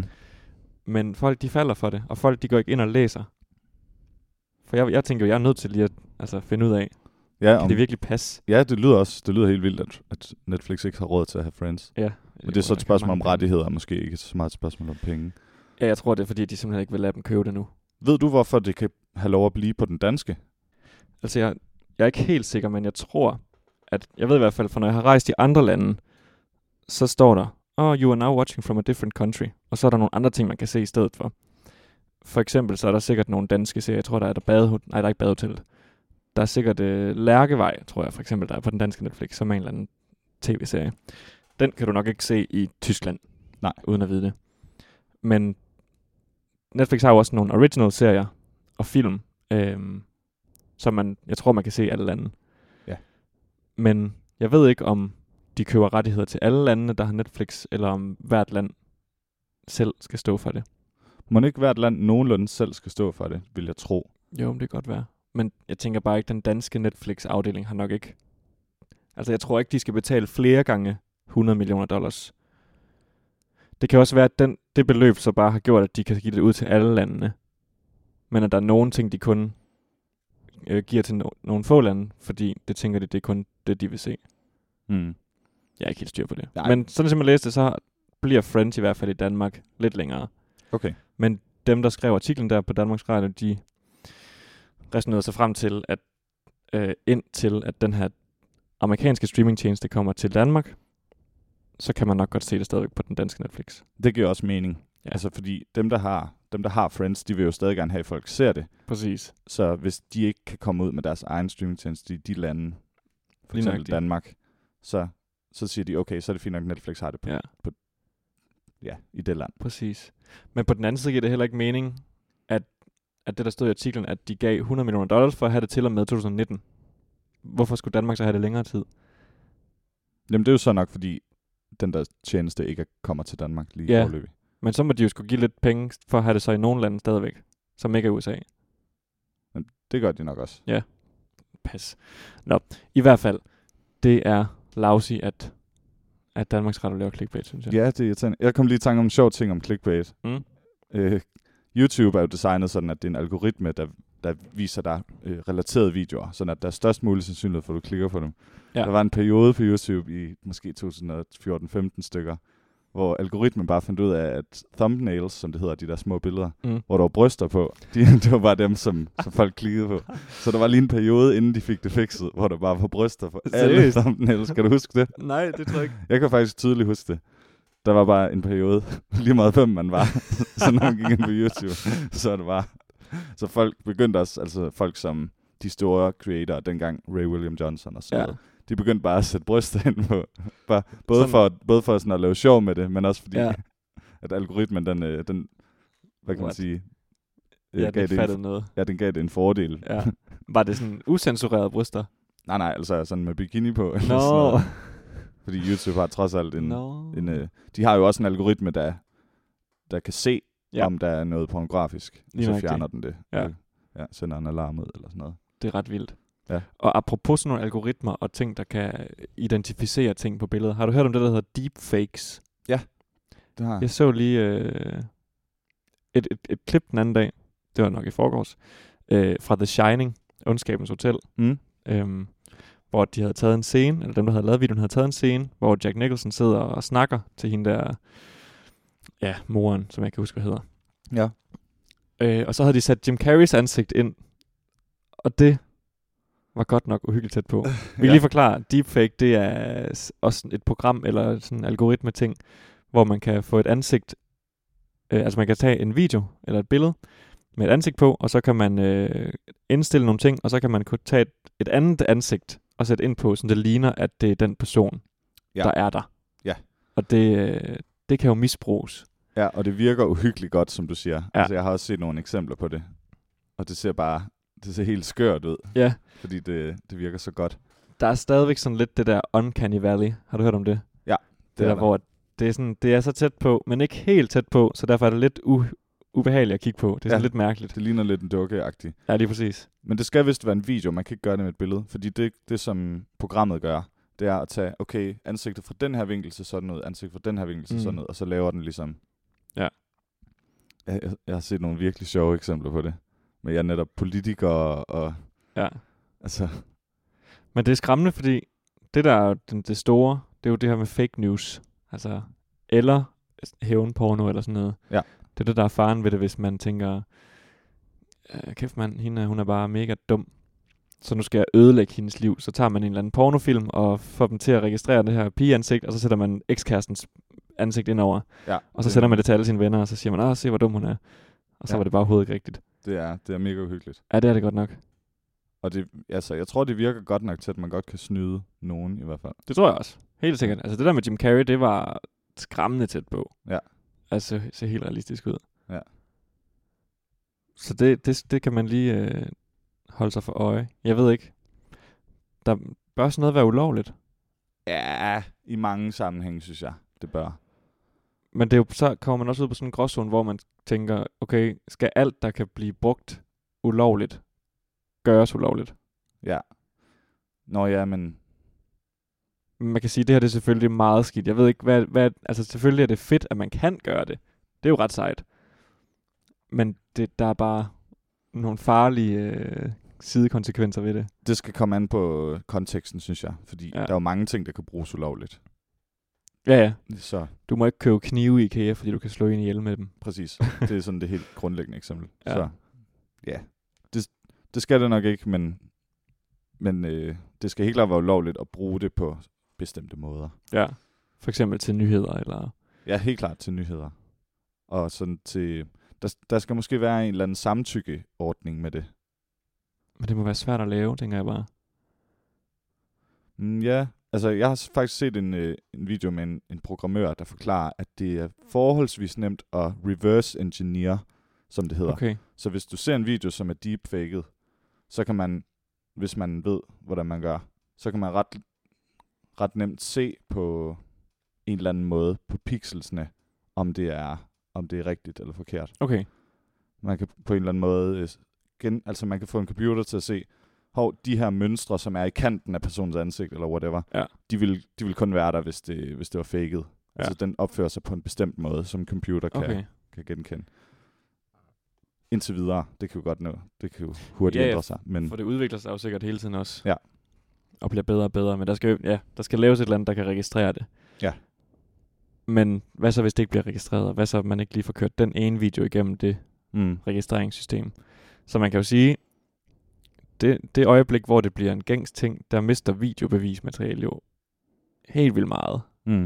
Men folk, de falder for det, og folk, de går ikke ind og læser. For jeg tænker jo, jeg er nødt til lige at finde ud af, kan det virkelig passe? Ja, det lyder helt vildt, at Netflix ikke har råd til at have Friends. Ja. Men det er så et spørgsmål om rettigheder, måske ikke så meget et spørgsmål om penge. Ja, jeg tror, det er fordi, de simpelthen ikke vil lade dem købe det nu. Ved du, hvorfor det kan have lov at blive på den danske? Altså, jeg er ikke helt sikker, men jeg tror, at jeg ved i hvert fald, for når jeg har rejst i andre lande, så står der, you are now watching from a different country. Og så er der nogle andre ting, man kan se i stedet for. For eksempel, så er der sikkert nogle danske serier. Jeg tror, der er der er ikke Badehotellet. Der er sikkert Lærkevej, tror jeg, for eksempel, der er på den danske Netflix, som er en eller anden tv-serie. Den kan du nok ikke se i Tyskland, uden at vide det. Men Netflix har jo også nogle original-serier og film, som jeg tror, man kan se i alle lande. Ja. Men jeg ved ikke, om de køber rettigheder til alle landene, der har Netflix, eller om hvert land selv skal stå for det. Må ikke hvert land nogenlunde selv skal stå for det, vil jeg tro. Jo, det kan godt være. Men jeg tænker bare ikke, den danske Netflix-afdeling har nok ikke... Altså, jeg tror ikke, de skal betale flere gange $100 million. Det kan også være, at det beløb så bare har gjort, at de kan give det ud til alle landene. Men at der er nogle ting, de kun giver til nogle få lande, fordi det tænker de, det er kun det, de vil se. Jeg er ikke helt styr på det. Nej. Men sådan som jeg læste, så bliver Friends i hvert fald i Danmark lidt længere. Okay. Men dem, der skrev artiklen der på Danmarks Radio, de resonerede sig frem til, at indtil at den her amerikanske streamingtjeneste kommer til Danmark, så kan man nok godt se det stadigvæk på den danske Netflix. Det giver også mening. Ja. Altså fordi dem, der har Friends, de vil jo stadig gerne have, at folk ser det. Præcis. Så hvis de ikke kan komme ud med deres egen streamingtjeneste i de lande, for eksempel Danmark, så siger de, okay, så er det fint nok, Netflix har det på i det land. Præcis. Men på den anden side giver det heller ikke mening, at det, der stod i artiklen, at de gav $100 million for at have det til og med 2019. Hvorfor skulle Danmark så have det længere tid? Jamen det er jo så nok, fordi den der tjeneste ikke kommer til Danmark lige forløbig. Men så må de jo skulle give lidt penge for at have det så i nogle lande stadigvæk, som ikke er USA. Men det gør de nok også. Ja. Pas. Nå, i hvert fald, det er lousy, at Danmarks Radio laver clickbait, synes jeg. Ja, det er irriterende. Jeg kom lige i tanke om en sjov ting om clickbait. YouTube er jo designet sådan, at det er en algoritme, der viser dig relaterede videoer, sådan at der er størst mulig sandsynlighed for, at du klikker på dem. Ja. Der var en periode på YouTube i måske 2014-15 stykker, hvor algoritmen bare fandt ud af, at thumbnails, som det hedder, de der små billeder, hvor der var bryster på, det var bare dem, som folk klikkede på. Så der var lige en periode, inden de fik det fikset, hvor der bare var bryster på alle thumbnails. Kan du huske det? Nej, det tror jeg ikke. Jeg kan faktisk tydeligt huske det. Der var bare en periode, lige meget hvem man var, så når man gik ind på YouTube, så er det bare... Så folk begyndte også, altså folk som de store creatorer, dengang Ray William Johnson og sådan noget, de begyndte bare at sætte bryster ind på, både for sådan at lave sjov med det, men også fordi, at algoritmen, den hvad kan man sige, den gav det en fordel. Ja. Var det sådan usensurerede bryster? Nej, altså sådan med bikini på. Nå. Fordi YouTube har trods alt de har jo også en algoritme, der kan se, om der er noget pornografisk. Så fjerner den det. Ja. Ja, sender en alarm ud eller sådan noget. Det er ret vildt. Ja. Og apropos sådan nogle algoritmer og ting, der kan identificere ting på billeder. Har du hørt om det, der hedder deepfakes? Ja, det har jeg. Jeg så lige et klip den anden dag, det var nok i forgårs, fra The Shining, Ondskabens Hotel, hvor de havde taget en scene, eller dem, der havde lavet videoen, havde taget en scene, hvor Jack Nicholson sidder og snakker til hende der, moren, som jeg kan huske, hvad hedder. Ja. Og så havde de sat Jim Carreys ansigt ind, og det var godt nok uhyggeligt tæt på. Vi kan lige forklare, deepfake, det er også et program, eller sådan en algoritme-ting, hvor man kan få et ansigt, altså man kan tage en video, eller et billede, med et ansigt på, og så kan man indstille nogle ting, og så kan man kunne tage et andet ansigt, og sætte ind på, så det ligner, at det er den person, der er der. Ja. Og det kan jo misbruges. Ja, og det virker uhyggeligt godt, som du siger. Ja. Altså, jeg har også set nogle eksempler på det. Og det ser helt skørt ud. Ja. Fordi det virker så godt. Der er stadigvæk sådan lidt det der Uncanny Valley. Har du hørt om det? Ja, det er der, hvor det er så tæt på, men ikke helt tæt på, så derfor er det lidt ubehageligt at kigge på. Det er sådan lidt mærkeligt. Det ligner lidt en dukke-agtig. Ja, lige præcis. Men det skal vist være en video, man kan ikke gøre det med et billede. Fordi det som programmet gør, det er at tage, ansigtet fra den her vinkel til sådan noget, ansigtet fra den her vinkel til sådan noget, og så laver den ligesom... Ja. Jeg har set nogle virkelig sjove eksempler på det. Men jeg er netop politiker og... Ja. Altså... Men det er skræmmende, fordi det der er det store, det er jo det her med fake news. Altså, eller hævnporno eller sådan noget. Ja. Det er det, der er faren ved det, hvis man tænker, kæft mand, hun er bare mega dum. Så nu skal jeg ødelægge hendes liv. Så tager man en eller anden pornofilm og får dem til at registrere det her pigeansigt, og så sætter man ekskærestens ansigt indover. Ja, og så sender man det til alle sine venner, og så siger man, se hvor dum hun er. Og så var det bare overhovedet ikke rigtigt. Det er mega uhyggeligt. Ja, det er det godt nok. Og jeg tror, det virker godt nok til, at man godt kan snyde nogen i hvert fald. Det tror jeg også. Helt sikkert. Altså det der med Jim Carrey, det var skræmmende tæt på. Ja. Altså ser helt realistisk ud. Ja. Så det kan man lige holde sig for øje. Jeg ved ikke. Der bør sådan noget være ulovligt. Ja, i mange sammenhænge, synes jeg, det bør. Men det er jo, så kommer man også ud på sådan en gråzone, hvor man tænker, okay, skal alt, der kan blive brugt ulovligt, gøres ulovligt? Ja. Nå ja, men... Man kan sige, at det her det er selvfølgelig meget skidt. Jeg ved ikke, hvad altså selvfølgelig er det fedt, at man kan gøre det. Det er jo ret sejt. Men der er bare nogle farlige sidekonsekvenser ved det. Det skal komme an på konteksten, synes jeg. Fordi der er jo mange ting, der kan bruges ulovligt. Ja. Så. Du må ikke købe knive i IKEA, fordi du kan slå en ihjel med dem. Præcis. Det er sådan det helt grundlæggende eksempel. Ja. Så ja, det skal det nok ikke, men det skal helt klart være ulovligt at bruge det på bestemte måder. Ja, for eksempel til nyheder, eller... Ja, helt klart til nyheder. Og sådan til... Der skal måske være en eller anden samtykkeordning med det. Men det må være svært at lave, tænker jeg bare. Ja, altså jeg har faktisk set en video med en programmør, der forklarer, at det er forholdsvis nemt at reverse engineer, som det hedder. Okay. Så hvis du ser en video, som er deepfaked, så kan man, hvis man ved, hvordan man gør, så kan man ret nemt se på en eller anden måde på pixelsene, om det er rigtigt eller forkert. Okay. Man kan på en eller anden måde, altså man kan få en computer til at se, de her mønstre, som er i kanten af personens ansigt, eller whatever, de vil kun være der, hvis det var faked. Ja. Altså den opfører sig på en bestemt måde, som en computer kan genkende. Indtil videre, det kan jo godt nå. Det kan jo hurtigt ændre sig. Men for det udvikler sig jo sikkert hele tiden også. Ja. Og bliver bedre og bedre. Men der skal laves et eller andet, der kan registrere det. Ja. Men hvad så, hvis det ikke bliver registreret? Hvad så, man ikke lige får kørt den ene video igennem det registreringssystem? Så man kan jo sige, det øjeblik, hvor det bliver en gængs ting, der mister videobevismateriale jo helt vildt meget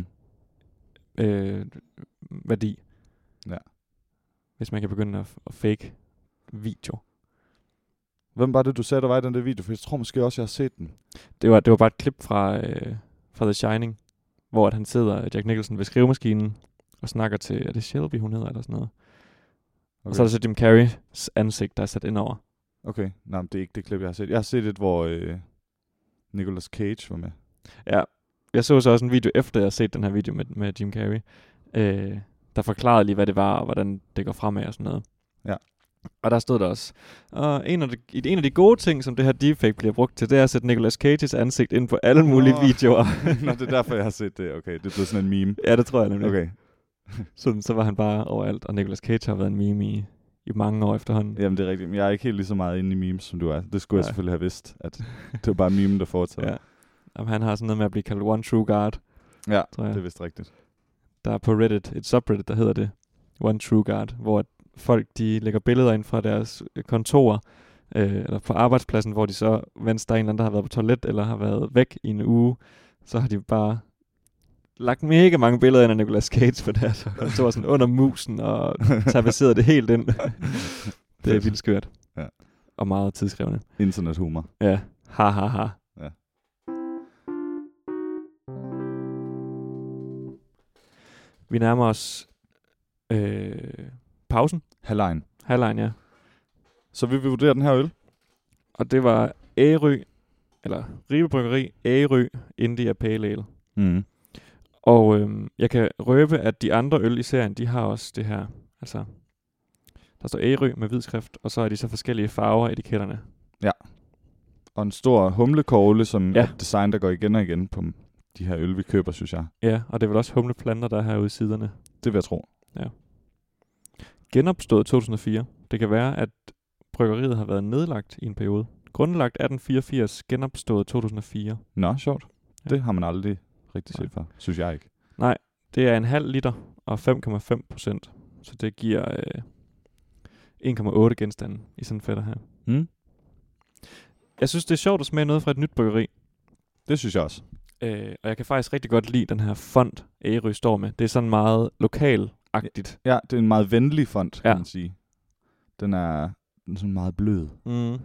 værdi. Ja. Hvis man kan begynde at fake video. Hvem var det, du sagde, der var i den der video? For jeg tror måske også, jeg har set den. Det var bare et klip fra The Shining, hvor at han sidder, Jack Nicholson, ved skrivemaskinen og snakker til, er det Shelby, hun hedder, eller sådan noget. Okay. Og så er der så Jim Carreys ansigt, der er sat ind over. Okay, nej, det er ikke det klip, jeg har set. Jeg har set et, hvor Nicolas Cage var med. Ja, Jeg så også en video efter, jeg havde set den her video med Jim Carrey, der forklarede lige, hvad det var, og hvordan det går fremad og sådan noget. Ja. Og der stod der også, og en af de gode ting, som det her deepfake bliver brugt til, det er at sætte Nicolas Cages ansigt ind på alle mulige videoer. Nå, det er derfor, jeg har set det. Okay, det er blevet sådan en meme. Ja, det tror jeg nemlig. Okay. Så var han bare overalt, og Nicolas Cage har været en meme i mange år efterhånden. Jamen, det er rigtigt. Men jeg er ikke helt lige så meget inde i memes, som du er. Det skulle jeg selvfølgelig have vidst, at det var bare meme, der fortsætter. Ja. Jamen, han har sådan noget med at blive kaldt One True God. Ja, tror jeg. det er vist rigtigt. Der er på Reddit et subreddit, der hedder det One True God, hvor folk de lægger billeder ind fra deres kontor, eller på arbejdspladsen, hvor de så, mens der er en eller anden, der har været på toilet, eller har været væk i en uge, så har de bare lagt mega mange billeder ind af Nicolas Cage på deres kontor, sådan under musen, og tapetseret det helt ind. Det er vildt skørt. Ja. Og meget tidskrævende. Internethumor. Ja. Ha, ha, ha. Ja. Vi nærmer os pausen. Halvlejen, ja. Så vil vi vurdere den her øl. Og det var Ærø, eller Ribe Bryggeri, Ærø India Pale Ale. Mm. Og jeg kan røbe, at de andre øl i serien, de har også det her. Altså, der står Ærø med hvid skrift, og så er de så forskellige farver etiketterne. Ja. Og en stor humlekogle, som er et design, der går igen og igen på de her øl, vi køber, synes jeg. Ja, og det er vel også humleplanter, der er herude i siderne. Det vil jeg tro. Ja. Genopstået 2004. Det kan være, at bryggeriet har været nedlagt i en periode. Grundlagt 1884, genopstået 2004. Nå, sjovt. Ja. Det har man aldrig rigtig set før, synes jeg ikke. Nej, det er en halv liter og 5,5%. Så det giver 1,8 genstande i sådan en fætter her. Mm. Jeg synes, det er sjovt at smage noget fra et nyt bryggeri. Det synes jeg også. Og jeg kan faktisk rigtig godt lide den her font, Ærø står med. Det er sådan meget lokalagtigt. Ja, det er en meget venlig font, kan man sige. Den er sådan meget blød. Mm.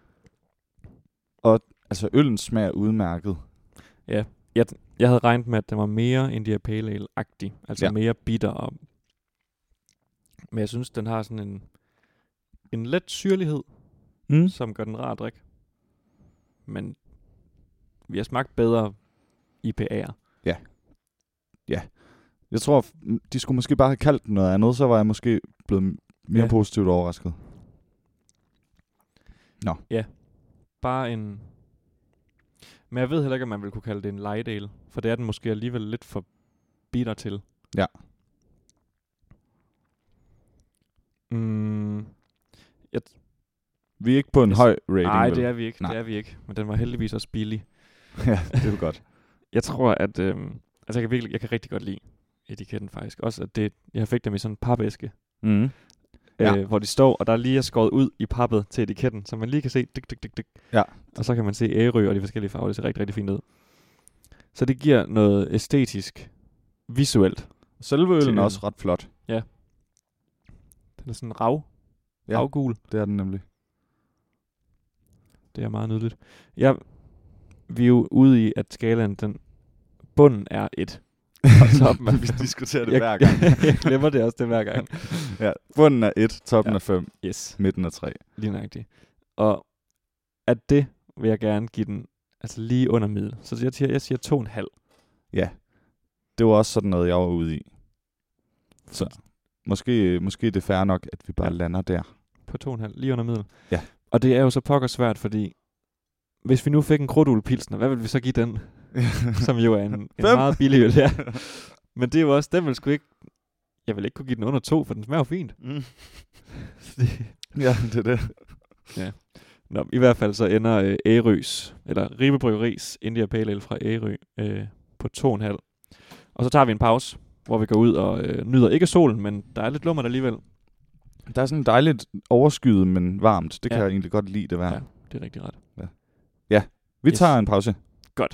Og altså, øllen smager udmærket. Ja, jeg havde regnet med, at den var mere India Pale Ale-agtig. Altså mere bitter. Og men jeg synes, den har sådan en let syrlighed, som gør den rar at drikke. Men vi har smagt bedre IPA'er. Ja. Ja. Jeg tror, de skulle måske bare have kaldt den noget andet, så var jeg måske blevet mere positivt overrasket. Nå. Ja. Bare en... Men jeg ved heller ikke, om man ville kunne kalde det en light ale, for det er den måske alligevel lidt for bitter til. Ja. Vi er ikke på en høj rating. Nej, det er vi ikke. Nej. Det er vi ikke. Men den var heldigvis også billig. Ja, det er jo godt. Jeg tror, at... altså, jeg kan rigtig godt lide etiketten faktisk. Også, at jeg fik dem i sådan en papæske. Mm. Hvor de står, og der lige er skåret ud i pappet til etiketten, så man lige kan se... Dik. Ja. Og så kan man se Ærø og de forskellige farver. Det ser rigtig, rigtig fint ud. Så det giver noget æstetisk, visuelt. Selve øllen er også ret flot. Ja. Den er sådan ravgul. Det er den nemlig. Det er meget nydeligt. Vi er jo ude i, at skalaen, bunden er 1. Og toppen vi diskuterer det hver gang. Jeg glemmer det også det hver gang. Ja, bunden er 1, toppen er 5, midten er 3. Lige nøjagtigt. Og at det vil jeg gerne give den altså lige under middel. Så jeg siger 2,5. Ja, det var også sådan noget, jeg var ude i. Så måske det er fair nok, at vi bare lander der. På 2,5, lige under middel. Ja. Og det er jo så pokker svært, fordi hvis vi nu fik en krudtuglepilsner, hvad vil vi så give den? Som jo er en meget billig øl, ja. Men det er jo også, den vil sgu ikke... Jeg vil ikke kunne give den under 2, for den smager jo fint. Mm. Ja, det er det. Ja. Nå, i hvert fald så ender Ærøs, eller Ribe Bryggeris India Pale Ale fra Ærø på 2,5. Og så tager vi en pause, hvor vi går ud og nyder ikke solen, men der er lidt lummer alligevel. Der er sådan dejligt overskyet, men varmt. Det kan jeg egentlig godt lide, det vejr. Ja, det er rigtig ret. Ja, vi tager en pause. Godt.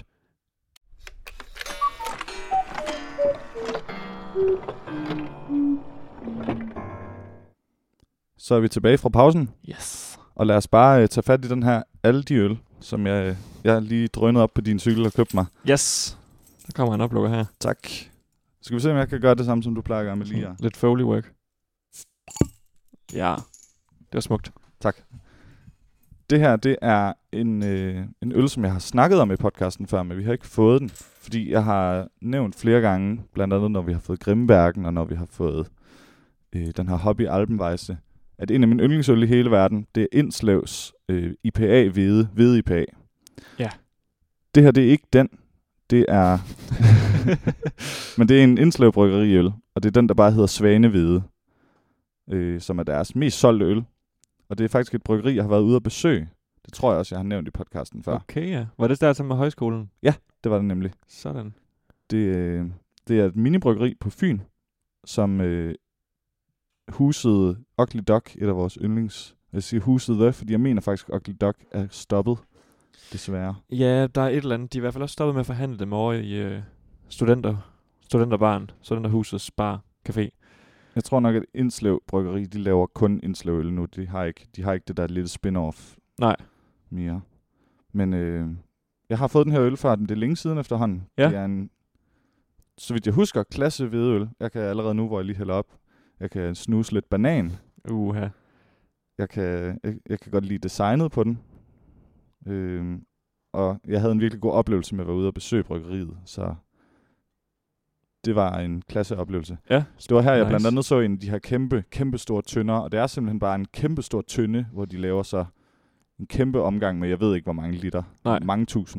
Så er vi tilbage fra pausen. Yes. Og lad os bare tage fat i den her Aldi-øl, som jeg lige drønede op på din cykel og købte mig. Yes. Der kommer en oplukker her. Tak. Skal vi se, om jeg kan gøre det samme, som du plejer at gøre med lige her. Lidt Foley work. Ja, det var smukt. Tak. Det her, det er en øl, som jeg har snakket om i podcasten før, men vi har ikke fået den. Fordi jeg har nævnt flere gange, blandt andet når vi har fået Grimbergen, og når vi har fået den her Hobby Alpenweisse, at en af mine yndlingsøl i hele verden, det er Indslevs IPA hvede IPA. Ja. Det her, det er ikke den. Det er... men det er en Indslev bryggeriøl, og det er den, der bare hedder Svanehvede, som er deres mest solgte øl. Og det er faktisk et bryggeri, jeg har været ude at besøge. Det tror jeg også, jeg har nævnt i podcasten før. Okay, ja. Var det der til med højskolen? Ja, det var det nemlig. Sådan. Det er et minibryggeri på Fyn, som husede Ugly Duck, et af vores yndlings. Jeg siger husede det, fordi jeg mener faktisk, at Ugly Duck er stoppet, desværre. Ja, der er et eller andet. De er i hvert fald også stoppet med at forhandle dem over i Studenterhusets bar café. Jeg tror nok, at Indslev Bryggeri, de laver kun Indslev øl nu. De har ikke det der lille spin-off. Nej. Mere. Men jeg har fået den her øl fra dem. Det er længe siden efterhånden. Ja. Det er en, så vidt jeg husker, klasse hvedeøl. Jeg kan allerede nu, hvor jeg lige hælder op, jeg kan snuse lidt banan. Uha. Jeg kan godt lide designet på den. Og jeg havde en virkelig god oplevelse med at være ude og besøge bryggeriet. Så det var en klasse oplevelse. Ja. Det var her, jeg blandt andet så en af de her kæmpe store tønder. Og det er simpelthen bare en kæmpe stor tønde, hvor de laver så en kæmpe omgang med, jeg ved ikke, hvor mange liter. Nej. Mange tusind.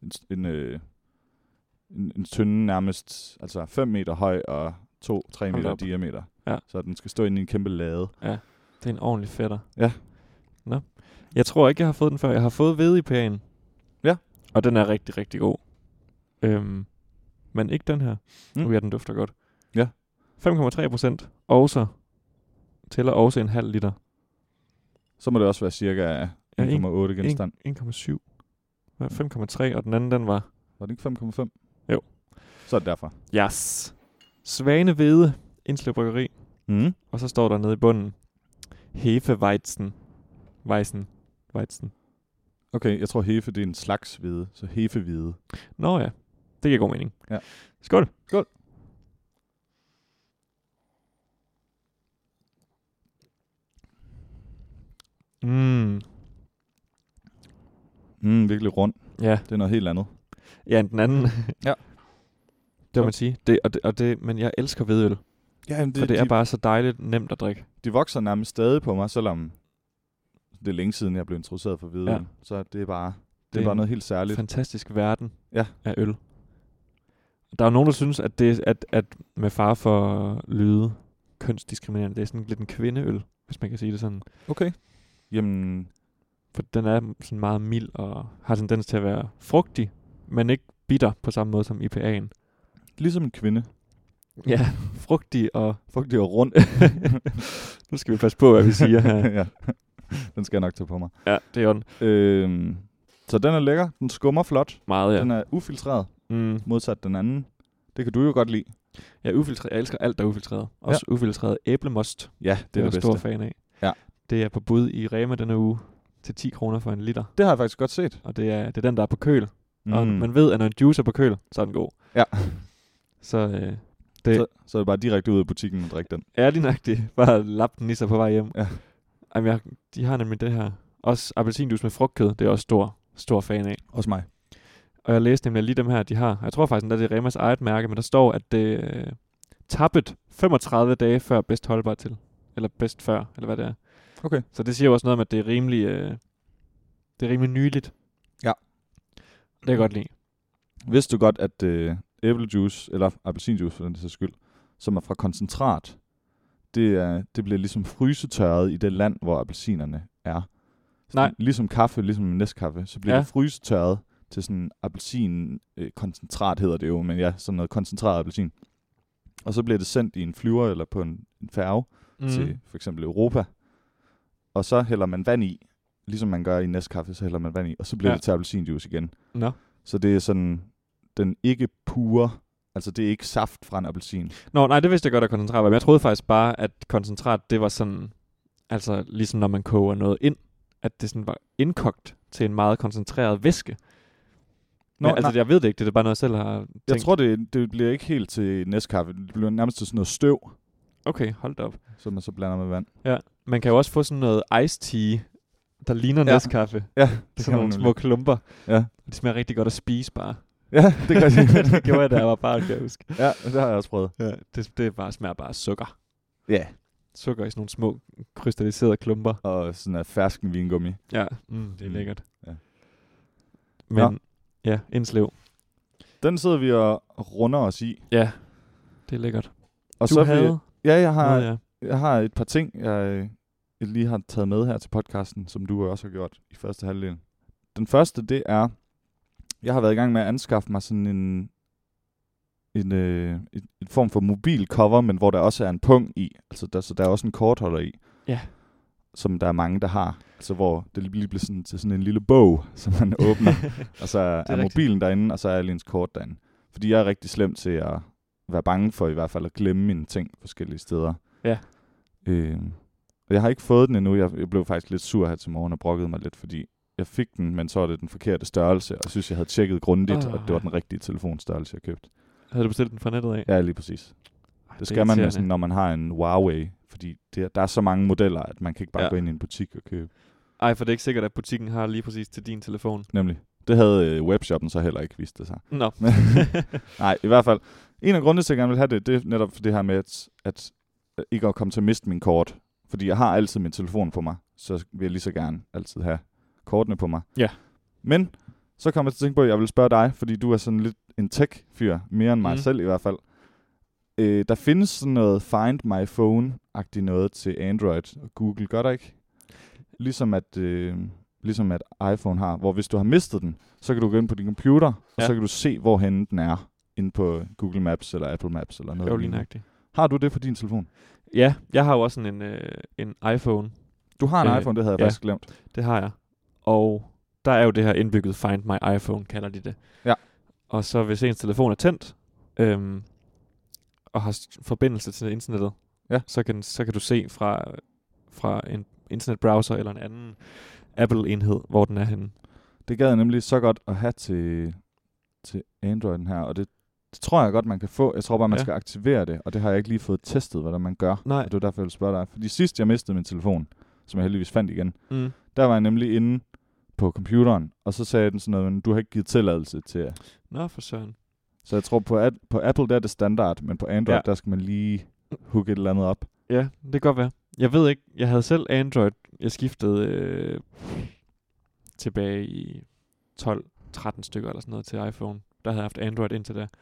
En tønde nærmest, altså 5 meter høj og 2-3 meter diameter. Ja. Så den skal stå inde i en kæmpe lade. Ja, det er en ordentlig fætter. Ja. Nå. Jeg tror ikke, jeg har fået den før. Jeg har fået ved i pæren. Ja. Og den er rigtig, rigtig god. Men ikke den her. Ja, den dufter godt. Ja. 5,3% også. Tæller også en halv liter. Så må det også være cirka 1,8 genstand. 1,7. 5,3, og den anden, den var... Var det ikke 5,5? Jo. Så er det derfor. Yes. Svanehvede, Indslev Bryggeri. Mm. Og så står der nede i bunden, Hefeweizen. Weizen. Okay, jeg tror hefe, det er en slags hvede, så hefehvede. Nå ja, det giver god mening. Ja. Skål. Skål. Virkelig rund. Ja. Det er noget helt andet. Ja, den anden. Ja. Det må man sige. Men jeg elsker hvedeøl. Ja, for det er bare så dejligt nemt at drikke. De vokser nærmest stadig på mig, selvom det er længe siden, jeg blev introduceret for hvedeøl. Ja. Så det er bare noget helt særligt. Fantastisk verden af øl. Der er jo nogen, der synes, at det at med far for lyde kønsdiskriminerende, det er sådan lidt en kvindeøl, hvis man kan sige det sådan. Okay. Jamen... For den er sådan meget mild og har tendens til at være frugtig, men ikke bitter på samme måde som IPA'en. Ligesom en kvinde. Ja, frugtig og rund. Nu skal vi passe på, hvad vi siger her. Ja, den skal jeg nok tage på mig. Ja, det er den. Så den er lækker. Den skummer flot. Meget, ja. Den er ufiltreret. Modsat den anden. Det kan du jo godt lide. Ja, ufiltreret. Jeg elsker alt, der er ufiltreret. Også ufiltreret æblemost. Ja, det er det bedste. Stor fan af. Ja. Det er på bud i Rema denne uge til 10 kroner for en liter. Det har jeg faktisk godt set. Og det er den, der er på køl. Og man ved, at når en juice er på køl, så er den god. Ja. Så er det bare direkte ud af butikken og drikke den. Ja, lige nøjagtigt. Bare lap den i sig på vej hjem. Ja. Jamen, de har nemlig det her. Også appelsinjuice med frugtkød, det er også stor fan af. Også mig. Og jeg læste nemlig lige dem her, de har. Jeg tror faktisk, at det er Remas eget mærke, men der står, at det tappet 35 dage før bedst holdbar til. Eller bedst før, eller hvad det er. Okay. Så det siger jo også noget om, at det er rimelig nyligt. Ja. Det kan jeg godt lide. Vidste du godt, at æblejuice, eller appelsinjuice for den sags skyld, som er fra koncentrat, det bliver ligesom frysetørret i det land, hvor appelsinerne er. Nej. Ligesom kaffe, ligesom Nescafé, så bliver det frysetørret til sådan appelsin-koncentrat hedder det jo, men ja, sådan noget koncentreret appelsin. Og så bliver det sendt i en flyver eller på en færge til for eksempel Europa. Og så hælder man vand i, ligesom man gør i Nescafé, så hælder man vand i, og så bliver det til appelsinjuice igen. Nå. Så det er sådan den ikke pure, altså det er ikke saft fra en appelsin. Nå, nej, det vidste jeg godt, at koncentrat var. Men jeg troede faktisk bare, at koncentrat, det var sådan, altså ligesom når man koger noget ind, at det sådan var indkogt til en meget koncentreret væske. Nå, men, altså, jeg ved det ikke, det er bare noget, jeg selv har tænkt. Jeg tror, det bliver ikke helt til Nescafé. Det bliver nærmest til sådan noget støv. Okay, hold da op. Som man så blander med vand. Ja, man kan jo også få sådan noget iced tea der ligner Nescaffe. Ja, Det er nogle små klumper. Ja. De smager rigtig godt at spise bare. Ja, det gør de. Det gjorde jeg, da jeg var barn, kan jeg huske. Ja, det har jeg også prøvet. Ja, det bare smager bare af sukker. Ja. Sukker i sådan nogle små krystalliserede klumper. Og sådan en fersken vingummi. Ja, det er lækkert. Ja. Men ja, Indslev. Den sidder vi og runder os i. Ja, det er lækkert. Og du så havde jeg har et par ting, jeg lige har taget med her til podcasten, som du også har gjort i første halvdel. Den første, det er, jeg har været i gang med at anskaffe mig sådan en form for mobil cover, men hvor der også er en pung i. Altså så der er også en kortholder i. Ja. Som der er mange, der har. Altså hvor det lige bliver sådan, til sådan en lille bog, som man åbner. Og så er mobilen derinde, og så er alle ens kort derinde. Fordi jeg er rigtig slem til at være bange for i hvert fald at glemme mine ting forskellige steder. Ja. Og jeg har ikke fået den endnu. Jeg blev faktisk lidt sur her til morgen og brokkede mig lidt, fordi jeg fik den, men så var det den forkerte størrelse, og jeg synes, jeg havde tjekket grundigt, og det var den rigtige telefonstørrelse, jeg købte. Havde du bestilt den fra nettet af? Ja, lige præcis. Det skal man med sådan, når man har en Huawei, fordi der er så mange modeller, at man kan ikke bare gå ind i en butik og købe. Ej, for det er ikke sikkert, at butikken har lige præcis til din telefon. Nemlig. Det havde webshoppen så heller ikke, vist det sig. Nå. Nej, i hvert fald. En af grundene til, at jeg gerne vil have det, det er netop for det her med, at ikke at komme til at miste min kort. Fordi jeg har altid min telefon på mig, så vil jeg lige så gerne altid have kortene på mig. Ja. Men så kommer jeg til at tænke på, at jeg vil spørge dig, fordi du er sådan lidt en tech-fyr, mere end mig selv i hvert fald. Der findes sådan noget Find My Phone-agtigt noget til Android og Google, gør der ikke? Ligesom at iPhone har, hvor hvis du har mistet den, så kan du gå ind på din computer, og så kan du se, hvorhenne den er, inde på Google Maps eller Apple Maps eller noget lignende. Har du det på din telefon? Ja, jeg har jo også en iPhone. Du har en iPhone, det havde jeg faktisk glemt. Det har jeg. Og der er jo det her indbygget Find My iPhone, kalder de det. Ja. Og så hvis ens telefon er tændt, og har forbindelse til internettet, så kan du se fra en internetbrowser eller en anden Apple-enhed, hvor den er henne. Det gad jeg nemlig så godt at have til Androiden her, og det tror jeg godt, man kan få. Jeg tror bare, man skal aktivere det, og det har jeg ikke lige fået testet, hvordan man gør. Nej. Og det er derfor, jeg vil spørge dig. Fordi sidst jeg mistede min telefon, som jeg heldigvis fandt igen, der var jeg nemlig inde på computeren, og så sagde den sådan noget, men du har ikke givet tilladelse til. Nå, for søren. Så jeg tror, på Apple der er det standard, men på Android, der skal man lige hooke et eller andet op. Ja, det kan godt være. Jeg ved ikke, jeg havde selv Android. Jeg skiftede tilbage i 12-13 stykker eller sådan noget til iPhone. Der havde jeg haft Android indtil da.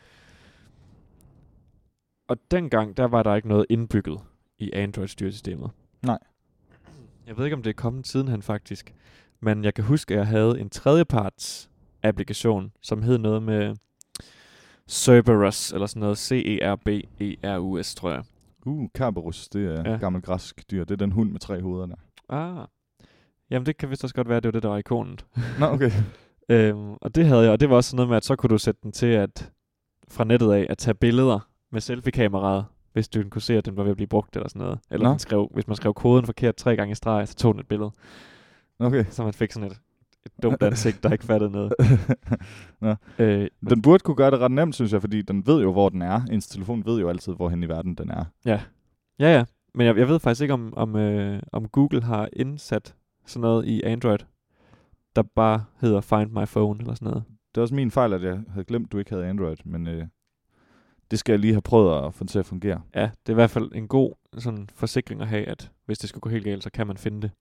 Og dengang, der var der ikke noget indbygget i Android-styresystemet. Nej. Jeg ved ikke, om det er kommet sidenhen faktisk. Men jeg kan huske, at jeg havde en tredjeparts applikation, som hed noget med Cerberus, eller sådan noget. Cerberus, tror jeg. Cerberus, det er gammelt græsk dyr. Det er den hund med 3 hoveder der. Jamen, det kan vist også godt være, det var det, der var ikonet. Nå, okay. Og det havde jeg, og det var også sådan noget med, at så kunne du sætte den til at fra nettet af at tage billeder med selfie-kameraet, hvis du kunne se, at den var ved at blive brugt eller sådan noget. Eller hvis man skrev koden forkert 3 gange i streg, så tog den et billede. Okay. Så man fik sådan et dumt ansigt, der ikke fattede noget. Den burde kunne gøre det ret nemt, synes jeg, fordi den ved jo, hvor den er. Ens telefon ved jo altid, hvorhen i verden den er. Ja. Men jeg ved faktisk ikke, om Google har indsat sådan noget i Android, der bare hedder Find My Phone eller sådan noget. Det er også min fejl, at jeg havde glemt, at du ikke havde Android, men det skal jeg lige have prøvet at få til at fungere. Ja, det er i hvert fald en god sådan forsikring at have, at hvis det skulle gå helt galt, så kan man finde det.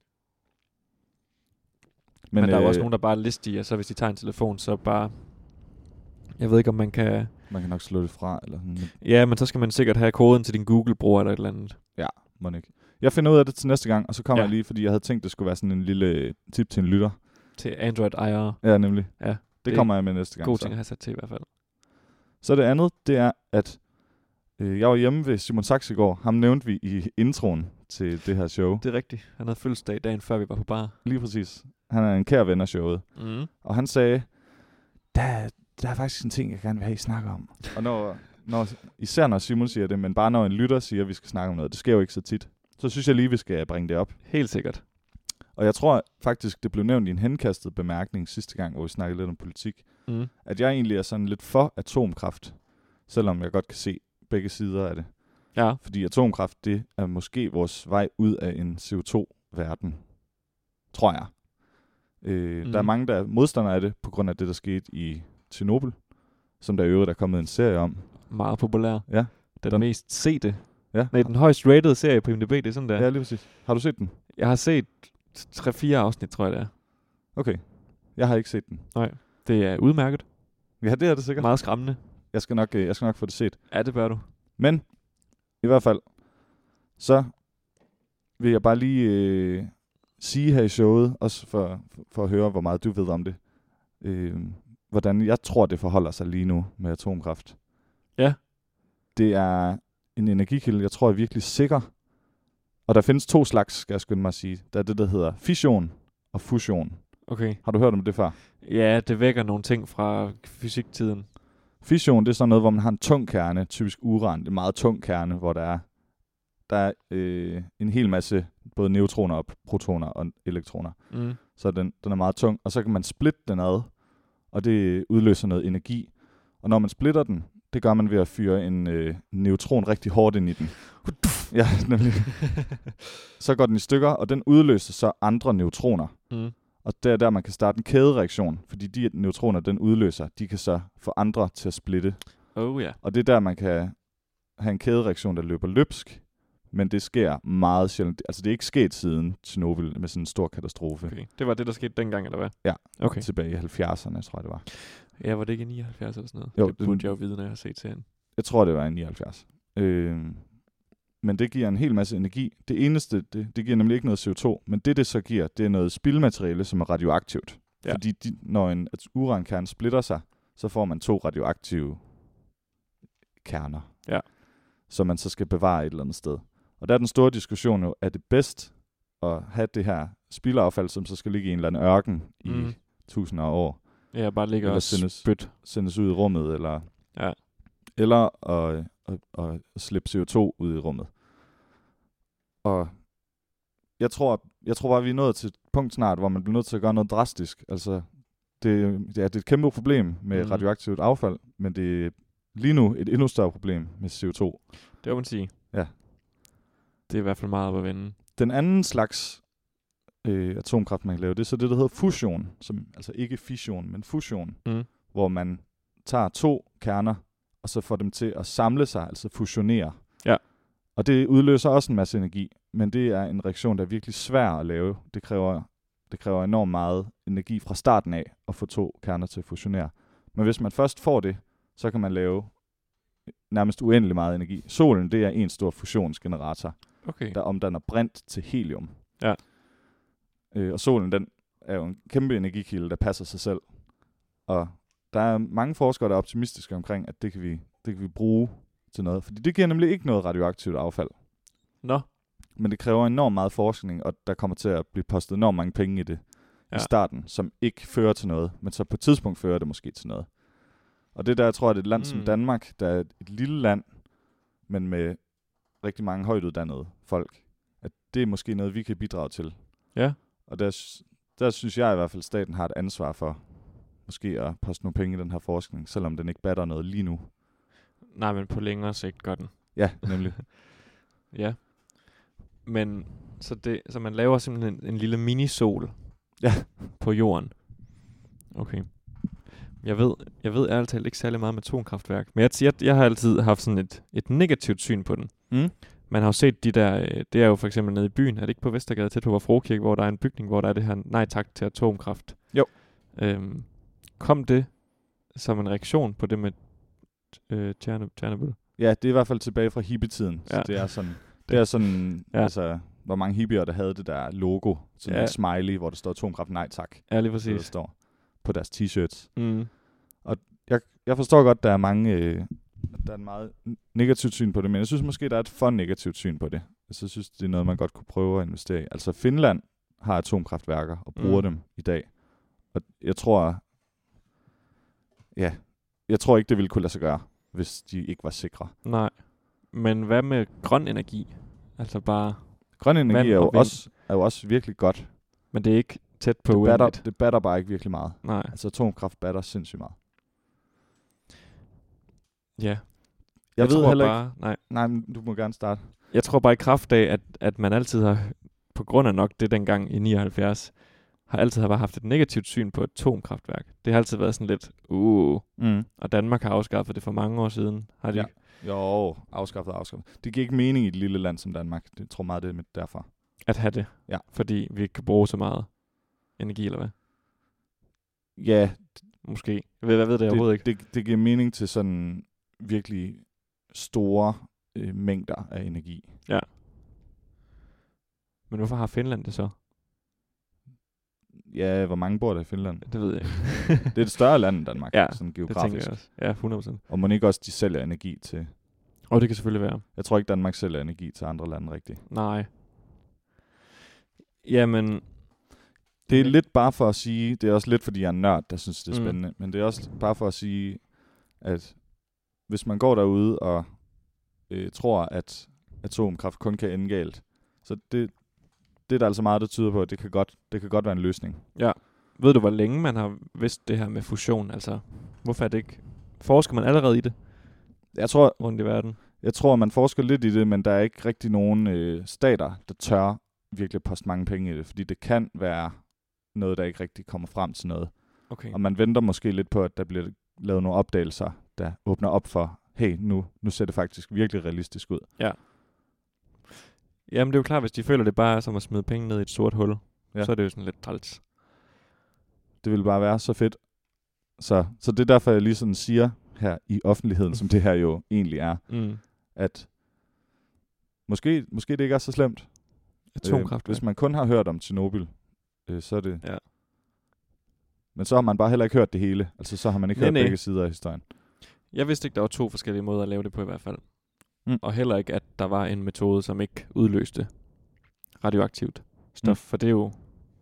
Men der er også nogen, der bare er listige, og så hvis de tager en telefon, så bare... Jeg ved ikke, om man kan... Man kan nok slå det fra, eller sådan. Ja, men så skal man sikkert have koden til din Google-bruger eller et eller andet. Ja, må ikke. Jeg finder ud af det til næste gang, og så kommer jeg lige, fordi jeg havde tænkt, det skulle være sådan en lille tip til en lytter. Til Android-ejere. Ja, nemlig. Ja, det kommer jeg med næste gang. God ting at have sat til i hvert fald. Så det andet, det er, at jeg var hjemme ved Simon Sachs i går. Ham nævnte vi i introen til det her show. Det er rigtigt. Han havde fødselsdag dagen før vi var på bar. Lige præcis. Han er en kær ven af showet. Og han sagde, der er faktisk en ting, jeg gerne vil have, I snakker om. Og især når Simon siger det, men bare når en lytter siger, at vi skal snakke om noget, det sker jo ikke så tit, så synes jeg lige, vi skal bringe det op. Helt sikkert. Og jeg tror faktisk, det blev nævnt i en henkastet bemærkning sidste gang, hvor vi snakkede lidt om politik, at jeg egentlig er sådan lidt for atomkraft, selvom jeg godt kan se begge sider af det. Ja. Fordi atomkraft, det er måske vores vej ud af en CO2-verden. tror jeg. Der er mange, der er modstandere af det, på grund af det, der skete i Chernobyl, som der i øvrigt er kommet en serie om. Meget populær. Ja. Den mest sete. Ja. Nej, den højst rated serie på IMDb, det er sådan der. Ja, lige præcis. Har du set den? Jeg har set 3-4 afsnit, tror jeg det er. Okay. Jeg har ikke set den. Nej, det er udmærket. Ja, det er det sikkert. Meget skræmmende. Jeg skal nok få det set. Ja, det bør du. Men, i hvert fald, så vil jeg bare lige sige her i showet, også for at høre, hvor meget du ved om det, hvordan jeg tror, det forholder sig lige nu med atomkraft. Ja. Det er en energikilde, jeg tror er virkelig sikker. Og der findes 2 slags, skal jeg skynde mig at sige. Der er det, der hedder fission og fusion. Okay. Har du hørt om det før? Ja, det vækker nogle ting fra fysiktiden. Fission, det er sådan noget, hvor man har en tung kerne, typisk uran. Det er en meget tung kerne, hvor der er en hel masse både neutroner og protoner og elektroner. Mm. Så den er meget tung, og så kan man splitte den ad, og det udløser noget energi. Og når man splitter den, det gør man ved at fyre en neutron rigtig hårdt ind i den. Ja, nemlig. Så går den i stykker, og den udløser så andre neutroner. Mm. Og det er der, man kan starte en kædereaktion, fordi de neutroner, den udløser, de kan så få andre til at splitte. Oh ja. Og det er der, man kan have en kædereaktion, der løber løbsk, men det sker meget sjældent. Altså, det er ikke sket siden Chernobyl med sådan en stor katastrofe. Okay. Det var det, der skete dengang, eller hvad? Ja, okay. Tilbage i 70'erne, tror jeg, det var. Ja, var det ikke i 79 eller sådan noget? Jo, det burde jeg jo vide, når jeg har set serien. Jeg tror, det var i 79. Men det giver en hel masse energi. Det eneste, det giver nemlig ikke noget CO2, men det så giver, det er noget spildmateriale, som er radioaktivt. Ja. Fordi når en urankerne splitter sig, så får man 2 radioaktive kerner, som man så skal bevare et eller andet sted. Og der er den store diskussion jo, er det bedst at have det her spildaffald, som så skal ligge i en eller anden ørken i tusinder af år? Ja, bare ligger og sendes ud i rummet, eller at slippe CO2 ud i rummet. Og jeg tror bare, vi er nået til et punkt snart, hvor man bliver nødt til at gøre noget drastisk. Altså, det er et kæmpe problem med radioaktivt affald, men det er lige nu et endnu større problem med CO2. Det må man sige. Ja. Det er i hvert fald meget op at vende. Den anden slags atomkraft, man kan lave, det er så det, der hedder fusion. Som, altså ikke fission, men fusion. Hvor man tager 2 kerner, og så får dem til at samle sig, altså fusionere. Ja. Og det udløser også en masse energi, men det er en reaktion, der er virkelig svær at lave. Det kræver enormt meget energi fra starten af at få 2 kerner til at fusionere. Men hvis man først får det, så kan man lave nærmest uendelig meget energi. Solen, det er en stor fusionsgenerator, der omdanner brint til helium. Ja. Og solen, den er jo en kæmpe energikilde, der passer sig selv. Og der er mange forskere, der er optimistiske omkring, at det kan vi bruge til noget. Fordi det giver nemlig ikke noget radioaktivt affald. Nå. Men det kræver enormt meget forskning, og der kommer til at blive postet enormt mange penge i det i starten, som ikke fører til noget, men så på et tidspunkt fører det måske til noget. Og det der, jeg tror, at et land som Danmark, der er et lille land, men med rigtig mange højtuddannede folk, at det er måske noget, vi kan bidrage til. Ja. Og der synes jeg i hvert fald, at staten har et ansvar for måske at poste nogle penge i den her forskning, selvom den ikke batter noget lige nu. Nej, men på længere sigt gør den. Ja, nemlig. Ja. Men så man laver simpelthen en lille minisol på jorden. Okay. Jeg ved ærligt talt ikke særlig meget om atomkraftværk, men jeg har altid haft sådan et negativt syn på den. Man har jo set de der, det er jo for eksempel nede i byen, er det ikke på Vestergade tæt på Vor Frue Kirke, hvor der er en bygning, hvor der er det her nej tak til atomkraft. Jo. Kom det som en reaktion på det med Chernobyl? Ja, det er i hvert fald tilbage fra hippietiden. Ja. Så det er sådan altså, hvor mange hippier, der havde det der logo, sådan en smiley, hvor der står atomkraft nej tak. Ja, lige præcis. Det, der står på deres t-shirts. Og jeg forstår godt, der er en meget negativt syn på det, men jeg synes måske, der er et for negativt syn på det. Jeg synes, det er noget, man godt kunne prøve at investere i. Altså Finland har atomkraftværker og bruger dem i dag. Og jeg tror ikke, det ville kunne lade sig gøre, hvis de ikke var sikre. Nej, men hvad med grøn energi? Altså bare grøn energi er jo også virkelig godt. Men det er ikke tæt på det batter bare ikke virkelig meget. Nej. Altså atomkraft batter sindssygt meget. Ja. Jeg ved tror heller bare, ikke. Nej, men du må gerne starte. Jeg tror bare i kraft af, at man altid har på grund af nok det dengang i 79, har altid bare haft et negativt syn på atomkraftværk. Det har altid været sådan lidt, og Danmark har afskaffet det for mange år siden. Har de? Ja. Jo, afskaffet. Det giver ikke mening i et lille land som Danmark. Det tror meget, det er derfor. At have det? Ja. Fordi vi ikke kan bruge så meget energi, eller hvad? Ja. Måske. Jeg ved det overhovedet ikke. Det giver mening til sådan virkelig store mængder af energi. Ja. Men hvorfor har Finland det så? Ja, hvor mange bor der i Finland? Det ved jeg ikke. Det er et større land end Danmark, ja, sådan geografisk. Det tænker jeg også. Ja, 100%. Og må ikke også, de sælger energi til... Og det kan selvfølgelig være. Jeg tror ikke, Danmark sælger energi til andre lande rigtigt. Nej. Jamen... Det er lidt bare for at sige... Det er også lidt, fordi jeg er en nørd, der synes, det er spændende. Men det er også bare for at sige, at hvis man går derude og tror, at atomkraft kun kan ende galt, så det er der altså meget, der tyder på, at det kan godt være en løsning. Ja. Ved du, hvor længe man har vidst det her med fusion? Altså, hvorfor er det ikke... Forsker man allerede i det? Jeg tror... Rundt i verden? Jeg tror, man forsker lidt i det, men der er ikke rigtig nogen stater, der tør virkelig poste mange penge i det, fordi det kan være noget, der ikke rigtig kommer frem til noget. Okay. Og man venter måske lidt på, at der bliver lavet nogle opdagelser, der åbner op for, hey, nu ser det faktisk virkelig realistisk ud. Ja. Jamen, det er jo klart, hvis de føler, det bare er som at smide penge ned i et sort hul, så er det jo sådan lidt træls. Det vil bare være så fedt. Så det er derfor, jeg lige sådan siger her i offentligheden, som det her jo egentlig er, at måske det ikke er så slemt. Atomkraft. Hvis man kun har hørt om Tjernobyl, så er det... Ja. Men så har man bare heller ikke hørt det hele. Altså, så har man ikke hørt begge sider af historien. Jeg vidste ikke, der var 2 forskellige måder at lave det på i hvert fald. Og heller ikke, at der var en metode, som ikke udløste radioaktivt stof. For det er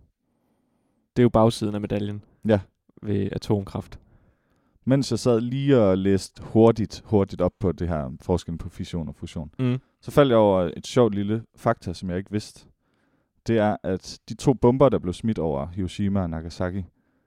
jo bagsiden af medaljen ved atomkraft. Mens jeg sad lige og læste hurtigt op på det her forskellen på fission og fusion, så faldt jeg over et sjovt lille fakta, som jeg ikke vidste. Det er, at de 2 bomber, der blev smidt over Hiroshima og Nagasaki,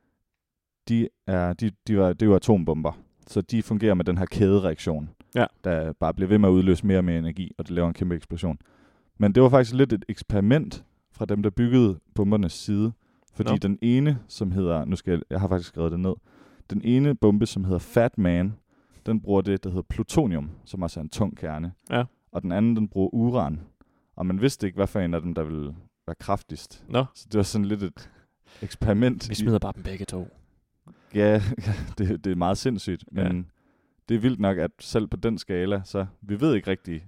det er jo atombomber. Så de fungerer med den her kædereaktion, der bare bliver ved med at udløse mere og mere energi, og det laver en kæmpe eksplosion. Men det var faktisk lidt et eksperiment fra dem, der byggede bombernes side. Fordi den ene, som hedder... Jeg har faktisk skrevet det ned. Den ene bombe, som hedder Fat Man, den bruger det, der hedder plutonium, som også er en tung kerne. Ja. Og den anden, den bruger uran. Og man vidste ikke, hvad for en af dem, der ville være kraftigst. Så det var sådan lidt et eksperiment. Vi smider bare dem begge 2. Ja, det er meget sindssygt. Men det er vildt nok, at selv på den skala, så vi ved ikke rigtig,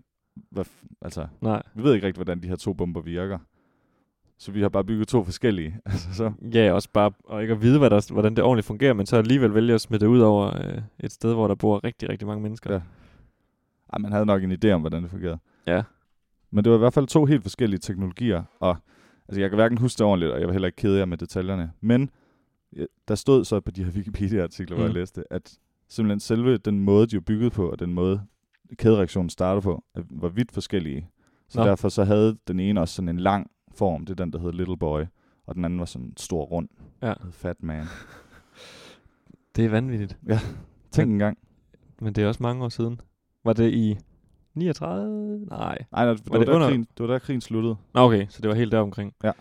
vi ved ikke rigtig, hvordan de her 2 bomber virker. Så vi har bare bygget 2 forskellige. Så. Ja, også bare og ikke at vide, hvordan det ordentligt fungerer, men så alligevel vælge at smide det ud over et sted, hvor der bor rigtig, rigtig mange mennesker. Ja. Ej, man havde nok en idé om, hvordan det fungerede. Ja. Men det var i hvert fald 2 helt forskellige teknologier, og altså, jeg kan hverken huske det ordentligt, og jeg vil heller ikke kede jer med detaljerne. Men der stod så på de her Wikipedia-artikler, hvor jeg læste, at simpelthen selve den måde, de var bygget på, og den måde, kædereaktionen startede på, var vidt forskellige. Så derfor så havde den ene også sådan en lang form, det er den, der hedder Little Boy, og den anden var sådan stor rund, Fat Man. Det er vanvittigt. Ja, tænk engang. Men det er også mange år siden. Var det i 39? Nej, det var der krigen sluttede. Okay, så det var helt der omkring. Ja.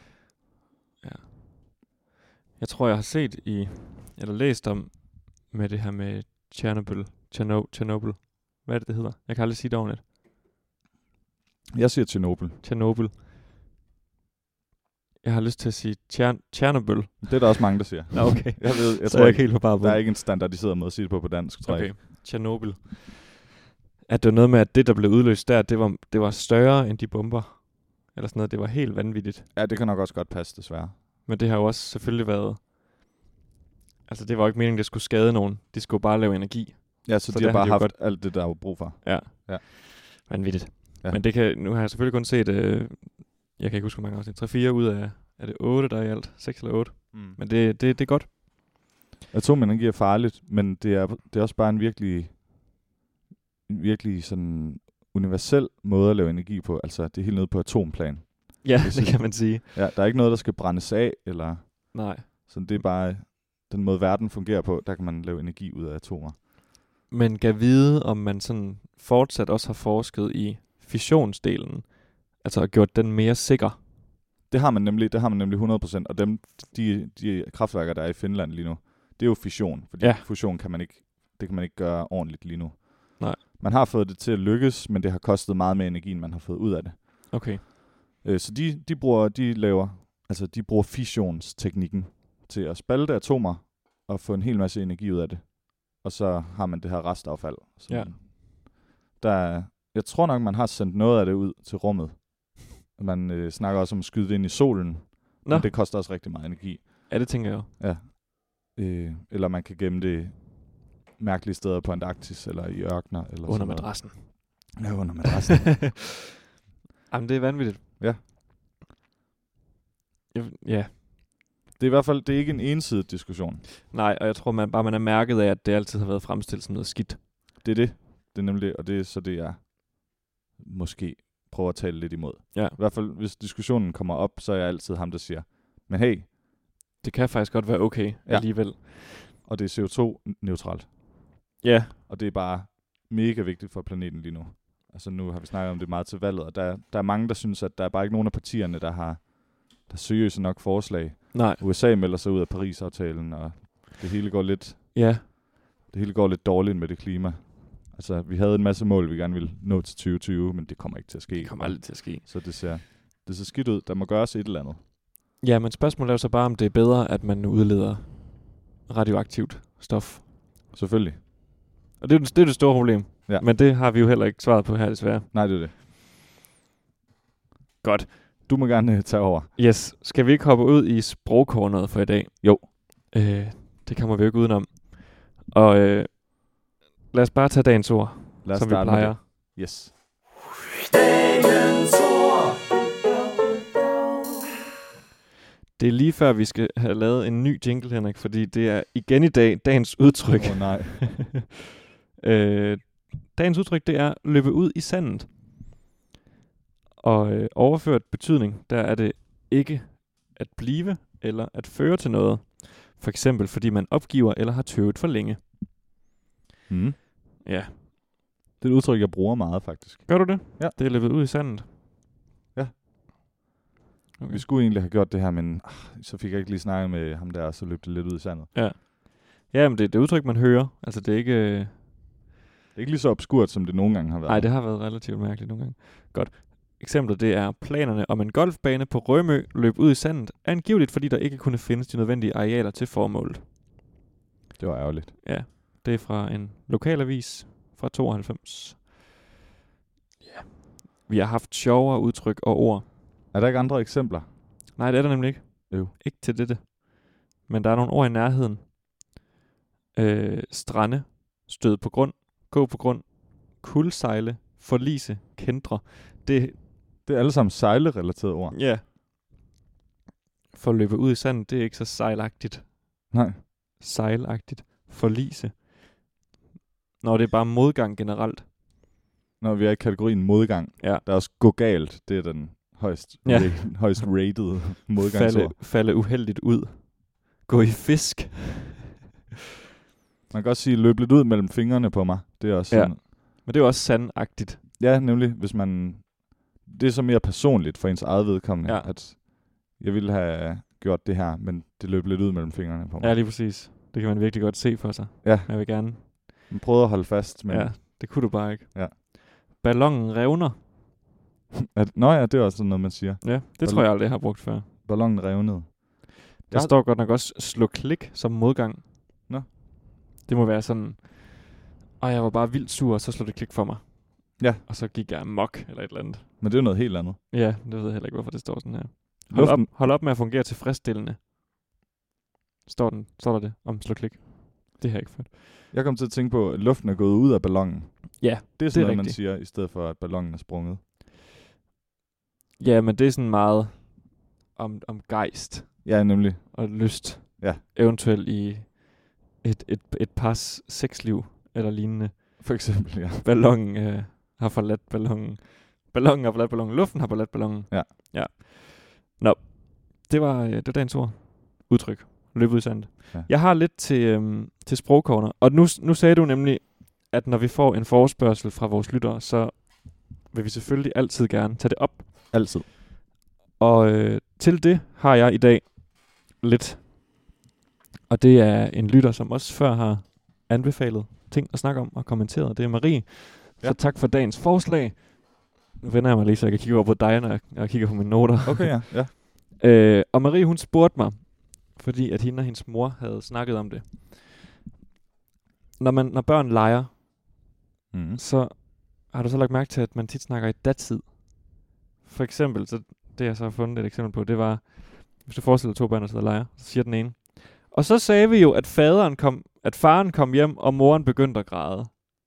Jeg tror, jeg har set eller læst om med det her med Chernobyl. Hvad er det hedder? Jeg kan aldrig sige det ordentligt. Jeg siger Chernobyl. Jeg har lyst til at sige Chernobyl. Det er der også mange, der siger. Okay. Jeg tror ikke helt på bare. Der er ikke en standardiseret måde at sige det på dansk, tror jeg. Chernobyl. At det var noget med, at det, der blev udløst der, det var større end de bomber. Eller sådan noget. Det var helt vanvittigt. Ja, det kan nok også godt passe, desværre. Men det har jo også selvfølgelig været... Altså, det var ikke meningen, det skulle skade nogen. De skulle bare lave energi. Ja, så de har bare haft alt det, der var brug for. Ja. Vanvittigt. Ja. Men det kan... Nu har jeg selvfølgelig kun set... jeg kan ikke huske, hvor mange afsnit. 3-4 ud af... Er det 8, der er i alt? 6 eller 8? Men det er godt. Atomenergi er farligt, men det er også bare en virkelig sådan universel måde at lave energi på. Altså, det er helt nede på atomplan. Ja, det kan man sige. Ja, der er ikke noget, der skal brændes af, eller... Nej. Så det er bare den måde, verden fungerer på. Der kan man lave energi ud af atomer. Men kan vide, om man sådan fortsat også har forsket i fissionsdelen, altså gjort den mere sikker? Det har man nemlig 100%, og de kraftværker, der er i Finland lige nu, det er jo fission, fordi fusion kan man ikke gøre ordentligt lige nu. Nej. Man har fået det til at lykkes, men det har kostet meget mere energi, end man har fået ud af det. Okay. Så de bruger fissionsteknikken til at spalte atomer og få en hel masse energi ud af det. Og så har man det her restaffald. Jeg tror nok, man har sendt noget af det ud til rummet. Man snakker også om at skyde det ind i solen. Men det koster også rigtig meget energi. Ja, det tænker jeg jo. Ja. Eller man kan gemme det mærkelige steder på Antarktis eller i ørkener. Eller under madrassen. Ja, under madrassen. Jamen, det er vanvittigt. Ja. Ja. Det er i hvert fald det er ikke en ensidig diskussion. Nej, og jeg tror man er mærket af, at det altid har været fremstillet som noget skidt. Det er det. Det er nemlig, og det er så det, jeg måske prøver at tale lidt imod. Ja. I hvert fald, hvis diskussionen kommer op, så er jeg altid ham, der siger, men hey. Det kan faktisk godt være okay alligevel. Og det er CO2-neutralt. Ja. Og det er bare mega vigtigt for planeten lige nu. Altså nu har vi snakket om det meget til valget, og der er mange, der synes, at der er bare ikke nogen af partierne, der har seriøse nok forslag. Nej. USA melder sig ud af Paris-aftalen, og det hele går lidt... Ja. Det hele går lidt dårligt med det klima. Altså, vi havde en masse mål, vi gerne ville nå til 2020, men det kommer ikke til at ske. Det kommer aldrig til at ske. Så det ser skidt ud. Der må gøres et eller andet. Ja, men spørgsmålet er jo så bare, om det er bedre, at man udleder radioaktivt stof. Selvfølgelig. Og det er det store problem. Ja. Men det har vi jo heller ikke svaret på her, desværre. Nej, det er det. Godt. Du må gerne tage over. Yes. Skal vi ikke hoppe ud i sprogkornet for i dag? Jo. Det kommer vi jo ikke udenom. Og lad os bare tage dagens ord, som vi plejer. Yes. Dagens ord. Det er lige før, vi skal have lavet en ny jingle, Henrik, fordi det er igen i dag dagens udtryk. Nej. Dagens udtryk, det er løbe ud i sandet. Og overført betydning, der er det ikke at blive eller at føre til noget. For eksempel fordi man opgiver eller har tøvet for længe. Mm. Ja. Det er et udtryk, jeg bruger meget, faktisk. Gør du det? Ja. Det er løbet ud i sandet. Ja. Okay. Vi skulle egentlig have gjort det her, men så fik jeg ikke lige snakket med ham der, og så løb det lidt ud i sandet. Ja. Ja, men det er udtryk, man hører. Altså, det er ikke... Det er ikke lige så obskurt, som det nogle gange har været. Nej, det har været relativt mærkeligt nogle gange. Godt. Eksemplet, det er planerne om en golfbane på Rømø løb ud i sandet, angiveligt fordi der ikke kunne findes de nødvendige arealer til formålet. Det var ærgerligt. Ja, det er fra en lokalavis fra 92. Ja. Vi har haft sjovere udtryk og ord. Er der ikke andre eksempler? Nej, det er der nemlig ikke. Jo. Ikke til dette. Men der er nogle ord i nærheden. Strande, stød på grund, gå på grund, kuldsejle, forlise, kendre. Det er alle sammen sejlerelaterede ord. Ja. For at løbe ud i sandet, det er ikke så sejlagtigt. Nej. Sejlagtigt. Forlise. Nå, det er bare modgang generelt. Når vi er i kategorien modgang. Ja. Der er også gå galt. Det er den højst rated modgangsord. Falde uheldigt ud. Gå i fisk. Man kan også sige, løb lidt ud mellem fingrene på mig. Det er også sådan. Men det er jo også sandagtigt. Ja, nemlig, hvis man... Det er så mere personligt for ens eget vedkommende, at jeg ville have gjort det her, men det løb lidt ud mellem fingrene på mig. Ja, lige præcis. Det kan man virkelig godt se for sig. Ja. Jeg vil gerne... Man prøvede at holde fast, men... Ja, det kunne du bare ikke. Ja. Ballonen revner. Nå ja, det er også sådan noget, man siger. Ja, det tror jeg aldrig, jeg har brugt før. Ballonen revnede. Der står godt nok også slå klik som modgang. Nå. Det må være sådan... jeg var bare vildt sur, og så slog det klik for mig. Ja. Og så gik jeg amok eller et eller andet. Men det er jo noget helt andet. Ja, det ved jeg heller ikke, hvorfor det står sådan her. Hold op med at fungere tilfredsstillende. Står der det om slå klik. Det har jeg ikke ført. Jeg kom til at tænke på, at luften er gået ud af ballonen. Ja, det er sådan noget, man siger, i stedet for, at ballonen er sprunget. Ja, men det er sådan meget om gejst. Ja, nemlig. Og lyst. Ja. Eventuelt i et pars sexliv eller lignende. For eksempel, ja. Ballonen har forladt ballonen. Ballonen har forladt ballonen. Luften har forladt ballonen. Ja. Nå, det var dagens ord. Udtryk. Løb ud i sandet. Ja. Jeg har lidt til sprogkorner. Og nu sagde du nemlig, at når vi får en forespørgsel fra vores lyttere, så vil vi selvfølgelig altid gerne tage det op. Altid. Og til det har jeg i dag lidt. Og det er en lytter, som også før har anbefalet ting at snakke om og kommenteret. Det er Marie. Ja. Så tak for dagens forslag. Nu vender jeg mig lige, så jeg kan kigge over på dig, når jeg kigger på mine noter. Okay, ja. Og Marie, hun spurgte mig, fordi at hende og hendes mor havde snakket om det. Når børn leger, så har du så lagt mærke til, at man tit snakker i datid. For eksempel, så det jeg så har fundet et eksempel på, det var, hvis du forestiller 2 børn, der sidder og leger, så siger den ene. Og så sagde vi jo, at faren kom hjem, og moren begyndte at græde.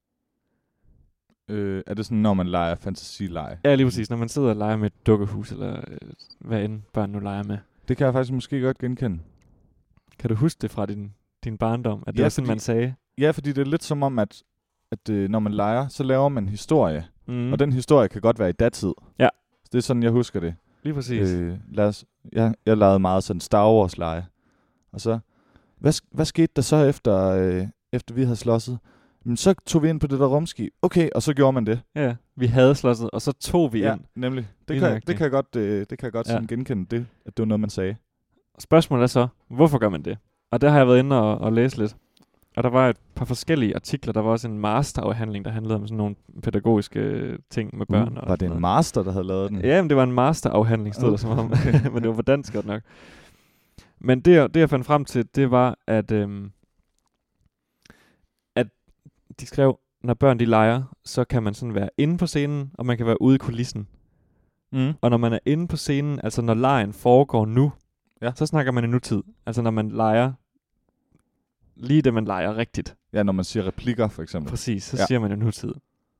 Er det sådan, når man leger fantasileje? Ja, lige præcis. Når man sidder og leger med et dukkehus, eller hvad end børn nu leger med. Det kan jeg faktisk måske godt genkende. Kan du huske det fra din barndom, at det var sådan, man sagde? Ja, fordi det er lidt som om, at når man leger, så laver man historie. Og den historie kan godt være i datid. Ja. Det er sådan, jeg husker det. Lige præcis. Jeg legede meget sådan Star Wars lege. Og så, hvad skete der så efter vi havde slåsset? Men så tog vi ind på det der rumskib. Okay, og så gjorde man det. Ja, vi havde slåsset, og så tog vi ind. Nemlig. Det kan jeg godt sådan genkende det, at det var noget, man sagde. Spørgsmålet er så, hvorfor gør man det? Og der har jeg været inde og læse lidt. Og der var et par forskellige artikler. Der var også en masterafhandling, der handlede om sådan nogle pædagogiske ting med børn. Var det en master, der havde lavet den? Ja, men det var en masterafhandling, stod der som om. Men det var på dansk godt nok. Men det jeg fandt frem til, det var, at de skrev, når børn de leger, så kan man sådan være inde på scenen, og man kan være ude i kulissen. Og når man er inde på scenen, altså når legen foregår nu, så snakker man i nutid. Altså når man leger, lige det man leger rigtigt. Ja, når man siger replikker for eksempel. Præcis, så siger man jo nutid.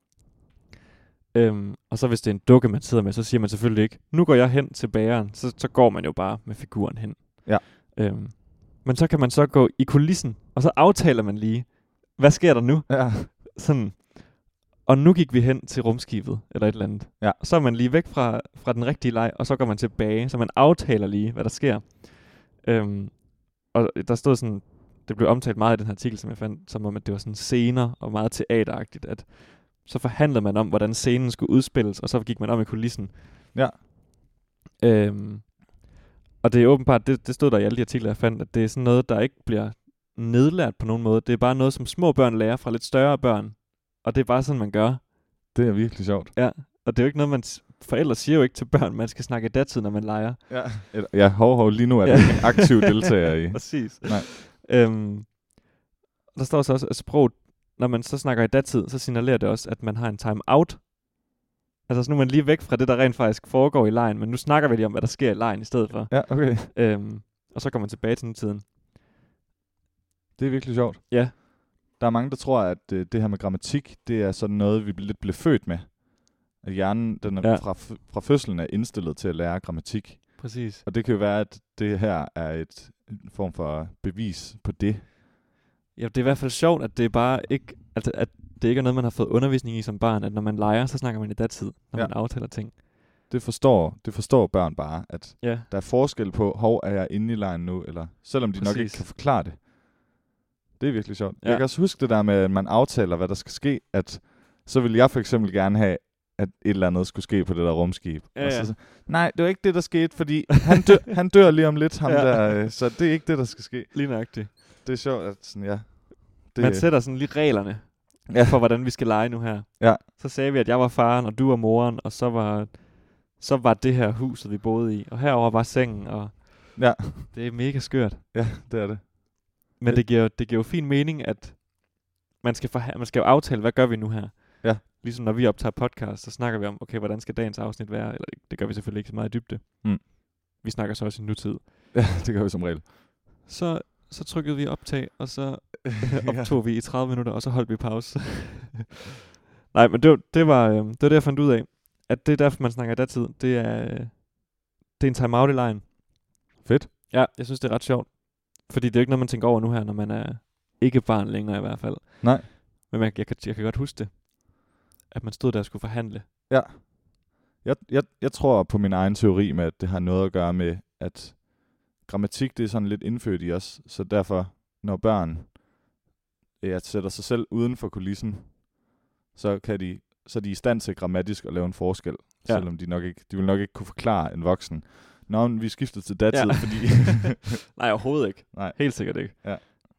Og så hvis det er en dukke, man sidder med, så siger man selvfølgelig ikke, nu går jeg hen til bageren, så går man jo bare med figuren hen. Ja. Men så kan man så gå i kulissen, og så aftaler man lige, hvad sker der nu? Ja. Sådan. Og nu gik vi hen til rumskibet, eller et eller andet. Ja. Og så er man lige væk fra den rigtige leg, og så går man tilbage, så man aftaler lige, hvad der sker. Og der stod sådan, det blev omtalt meget i den her artikel, som jeg fandt, som om, at det var sådan scener og meget teateragtigt, at så forhandlede man om, hvordan scenen skulle udspilles, og så gik man om i kulissen. Ja. Og det er åbenbart, det stod der i alle de artikler, jeg fandt, at det er sådan noget, der ikke bliver nedlært på nogen måde. Det er bare noget, som små børn lærer fra lidt større børn. Og det er bare sådan, man gør. Det er virkelig sjovt. Ja, og det er jo ikke noget, forældre siger jo ikke til børn, man skal snakke i datid, når man leger. Ja, hov, lige nu er det ikke en aktiv deltager i. Præcis. Nej. Der står så også, at sproget, når man så snakker i datid, så signalerer det også, at man har en time-out. Altså så nu er man lige væk fra det, der rent faktisk foregår i legen, men nu snakker vi lige om, hvad der sker i legen i stedet for. Ja, okay. Og så kommer man tilbage til nutiden. Det er virkelig sjovt. Ja. Der er mange, der tror, at det her med grammatik, det er sådan noget, vi lidt blev født med. At hjernen, den er fra fødslen er indstillet til at lære grammatik. Præcis. Og det kan jo være, at det her er en form for bevis på det. Ja, det er i hvert fald sjovt, at det bare ikke, altså, at det ikke er noget, man har fået undervisning i som barn, at når man leger, så snakker man i datid, når man aftaler ting. Det forstår børn bare, at der er forskel på, er jeg inde i legen nu, eller selvom de nok ikke kan forklare det. Det er virkelig sjovt. Ja. Jeg kan også huske det der med, at man aftaler, hvad der skal ske, at så vil jeg for eksempel gerne have, at et eller andet skulle ske på det der rumskib. Ja, og så, nej, det var ikke det, der skete, fordi han dør lige om lidt, ham der, så det er ikke det, der skal ske. Lige nøjagtigt. Det er sjovt, at sådan, man sætter sådan lige reglerne for, hvordan vi skal lege nu her. Ja. Så sagde vi, at jeg var faren, og du var moren, og så var det her huset, vi boede i. Og herover var sengen, og det er mega skørt. Ja, det er det. Men det giver jo fin mening, at man skal jo aftale, hvad gør vi nu her? Ja. Ligesom når vi optager podcast, så snakker vi om, okay, hvordan skal dagens afsnit være? Eller det gør vi selvfølgelig ikke så meget i dybde. Vi snakker så også i nutid. Ja, det gør vi som regel. Så trykkede vi optag, og så optog vi i 30 minutter, og så holdt vi pause. Nej, men det var det, jeg fandt ud af. At det er derfor, man snakker i datid. Det er en time-out i lejen. Fedt. Ja, jeg synes, det er ret sjovt. Fordi det er jo ikke noget, man tænker over nu her, når man er ikke barn længere i hvert fald. Nej. Men jeg kan godt huske det. At man stod der og skulle forhandle. Ja. Jeg tror på min egen teori med, at det har noget at gøre med, at grammatik, det er sådan lidt indfødt i os. Så derfor, når børn sætter sig selv uden for kulissen, så er de i stand til grammatisk at lave en forskel. Selvom de vil nok ikke kunne forklare en voksen, Nå, men vi skiftede til datid, fordi... Nej, overhovedet ikke. Nej. Helt sikkert ikke. Ja.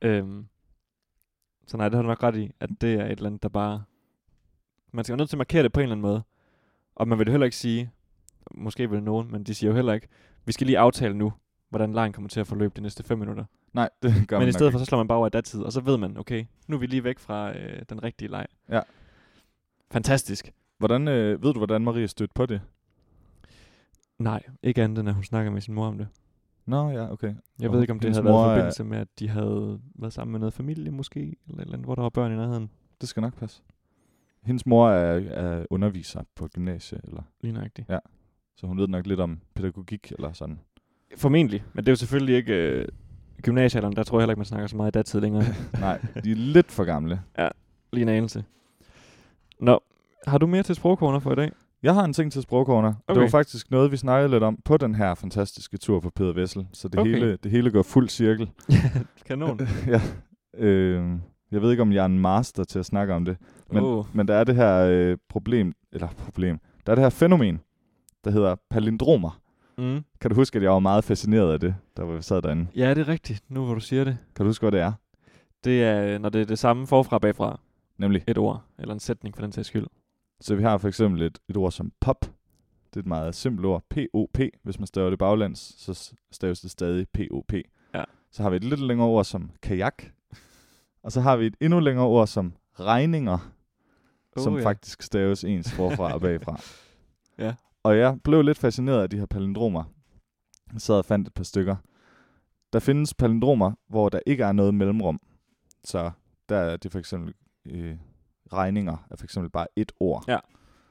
Så nej, det har du nok ret i, at det er et eller andet, der bare... Man skal jo nødt til at markere det på en eller anden måde. Og man vil jo heller ikke sige, måske vil nogen, men de siger jo heller ikke, vi skal lige aftale nu, hvordan lejen kommer til at forløbe de næste 5 minutter. Nej, det gør man Men i stedet for, ikke. så slår man bare over i datid, og så ved man, okay, nu er vi lige væk fra den rigtige leg. Ja. Fantastisk. Ved du, hvordan Marie stødte på det? Nej, ikke andet end, at hun snakker med sin mor om det. Nå, ja, okay. Jeg Og ved ikke, om det hendes havde været mor i er- forbindelse med, at de havde været sammen med noget familie måske, eller et eller andet, hvor der var børn i nærheden. Det skal nok passe. Hendes mor er underviser på gymnasiet, eller Lige nøjagtigt. Ja. så hun ved nok lidt om pædagogik, eller sådan. Formentlig, men det er jo selvfølgelig ikke gymnasiealderen, der tror jeg heller ikke, man snakker så meget i datid længere. Nej, de er lidt for gamle. Lige en anelse. Nå, har du mere til sprogkorner for i dag? Jeg har en ting til sprogkorner. Okay. Det var faktisk noget, vi snakkede lidt om på den her fantastiske tur på Peder Vessel. Så det, Okay. det hele går fuld cirkel. Kanon. Ja. Jeg ved ikke, om jeg er en master til at snakke om det. Men, Men der er det her problem. Der er det her fænomen, der hedder palindromer. mm. Kan du huske, at jeg var meget fascineret af det, da vi sad derinde? Ja, det er rigtigt, nu hvor du siger det. Kan du huske, hvad det er? Det er, når det er det samme forfra bagfra. Nemlig. Et ord, eller en sætning for den sags skyld. Så vi har for eksempel et ord som pop. Det er et meget simpelt ord. P-O-P. Hvis man staver det baglands, så staves det stadig P-O-P. Ja. Så har vi et lidt længere ord som kajak. Og så har vi et endnu længere ord som regninger, som faktisk staves ens forfra og bagfra. Ja. Og jeg blev lidt fascineret af de her palindromer. Jeg sad og fandt et par stykker. Der findes palindromer, hvor der ikke er noget mellemrum. Så der er det for eksempel regninger er for eksempel bare et ord. Ja.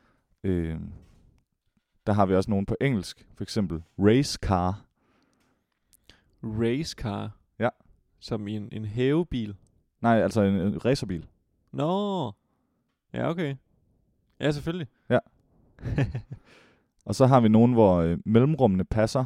Der har vi også nogen på engelsk. For eksempel race car. Race car. Ja. Som i en hævebil. Nej, altså en racerbil. Nå. Ja, okay. Ja, selvfølgelig. Ja. Og så har vi nogen, hvor mellemrummene passer.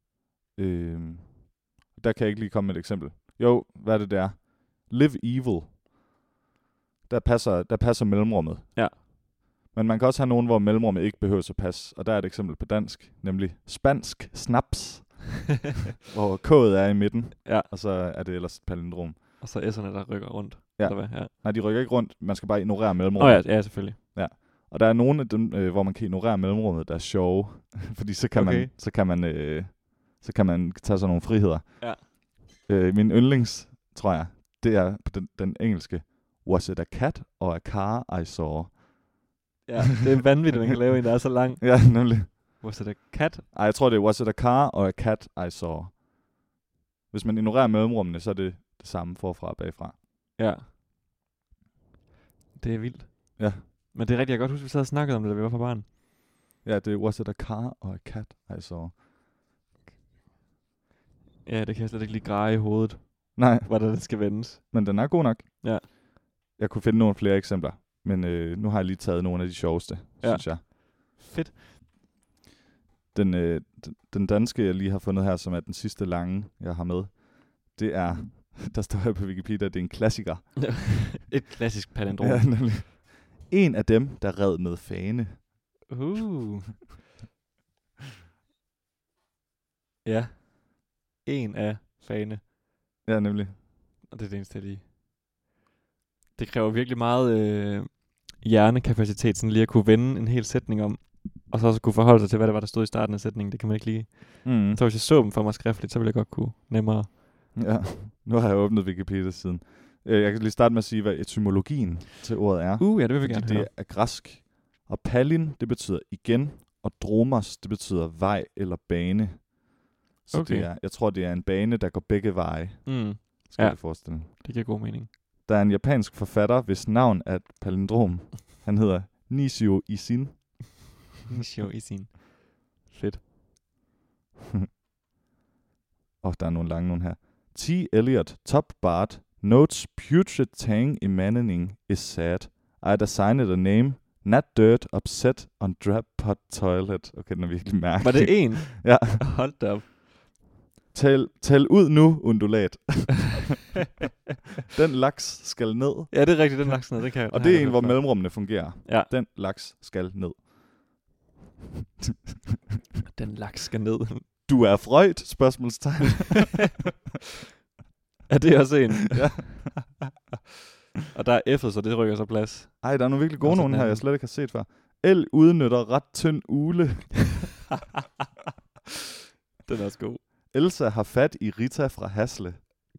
Der kan jeg ikke lige komme med et eksempel. Jo, hvad er det der? Live evil. Der passer mellemrummet. Ja. Men man kan også have nogen, hvor mellemrummet ikke behøver at passe. Og der er et eksempel på dansk, nemlig spansk snaps. Hvor k'et er i midten. Ja. Og så er det ellers et palindrom. Og så s'erne, der rykker rundt. Ja. Eller hvad? Ja. Nej, de rykker ikke rundt. Man skal bare ignorere mellemrummet. Ja, selvfølgelig. Og der er nogle af dem, hvor man kan ignorere mellemrummet, der er sjove. Fordi så kan man tage sig nogle friheder. Ja. Min yndlings, tror jeg, det er på den engelske. Was it a cat or a car I saw? Ja, det er vanvittigt, man kan lave en, der er så lang. Ja, nemlig. Was it a cat? Ej, jeg tror det er, was it a car or a cat I saw? Hvis man ignorerer mellemrummene, så er det det samme forfra og bagfra. Ja. Det er vildt. Ja. Men det er rigtigt, jeg kan godt huske, vi sad og snakkede om det, da vi var for barn. Ja, det er, was it a car or a cat I saw? Ja, det kan jeg slet ikke lige greje i hovedet, Nej, hvordan det skal vendes. men den er god nok. Ja. Jeg kunne finde nogle flere eksempler, men nu har jeg lige taget nogle af de sjoveste, synes jeg. Fedt. Den danske, jeg lige har fundet her, som er den sidste lange, jeg har med, det er, der står her på Wikipedia, det er en klassiker. Et klassisk palindrom. Ja, nemlig. En af dem, der red med fane. Ja. En af fane. Ja, nemlig. Og det er det eneste, jeg lige... Det kræver virkelig meget hjernekapacitet, sådan lige at kunne vende en hel sætning om, og så også kunne forholde sig til, hvad det var, der stod i starten af sætningen. Det kan man ikke lige... Så hvis jeg så dem for mig skriftligt, så ville jeg godt kunne nemmere... Ja, nu har jeg åbnet Wikipedia siden. Jeg kan lige starte med at sige, hvad etymologien til ordet er. Ja, det vil vi Fordi gerne det høre. er græsk. Og palin, det betyder igen, og dromos, det betyder vej eller bane. Så Okay. det er, jeg tror, det er en bane, der går begge veje, skal Ja. jeg forestille. Det giver god mening. Der er en japansk forfatter, hvis navn er et palindrom. Han hedder Nishio Isin. Nishio Isin. Fedt. Og der er nogle lange nogle her. T. Eliot, Top Bart, Notes Putrid Tang Imaning is sad. I designed a name, not dirt, upset on drab pot toilet. Okay, den er virkelig mærkelig. Var det en? Ja. Hold da op. Tal ud nu, undulat. Den laks skal ned. Ja, det er rigtigt, den laks ned. Det kan jeg, Og det er en, hvor mellemrummene fungerer. Ja. Den laks skal ned. Den laks skal ned. Du er Freud? Spørgsmålstegn. Er det også en? Ja. Og der er F'et, så det rykker så plads. Ej, der er nogle virkelig gode Og så nogen den her, jeg anden. slet ikke har set før. L udnytter ret tynd ule. Den er også god. Elsa har fat i Rita fra Hasle.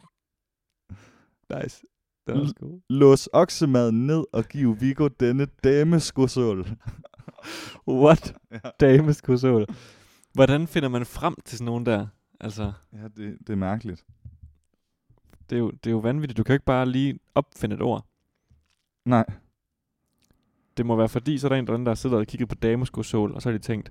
Nice. Den er også god. Lås oksemaden ned og giv Viggo denne dameskosål. What? Ja. Dameskursål. Hvordan finder man frem til sådan nogen der? Altså, Ja, det er mærkeligt. det er jo vanvittigt. Du kan jo ikke bare lige opfinde et ord. Nej. Det må være fordi, så er der en eller anden, der sidder og kigger på dameskursål, og så har de tænkt,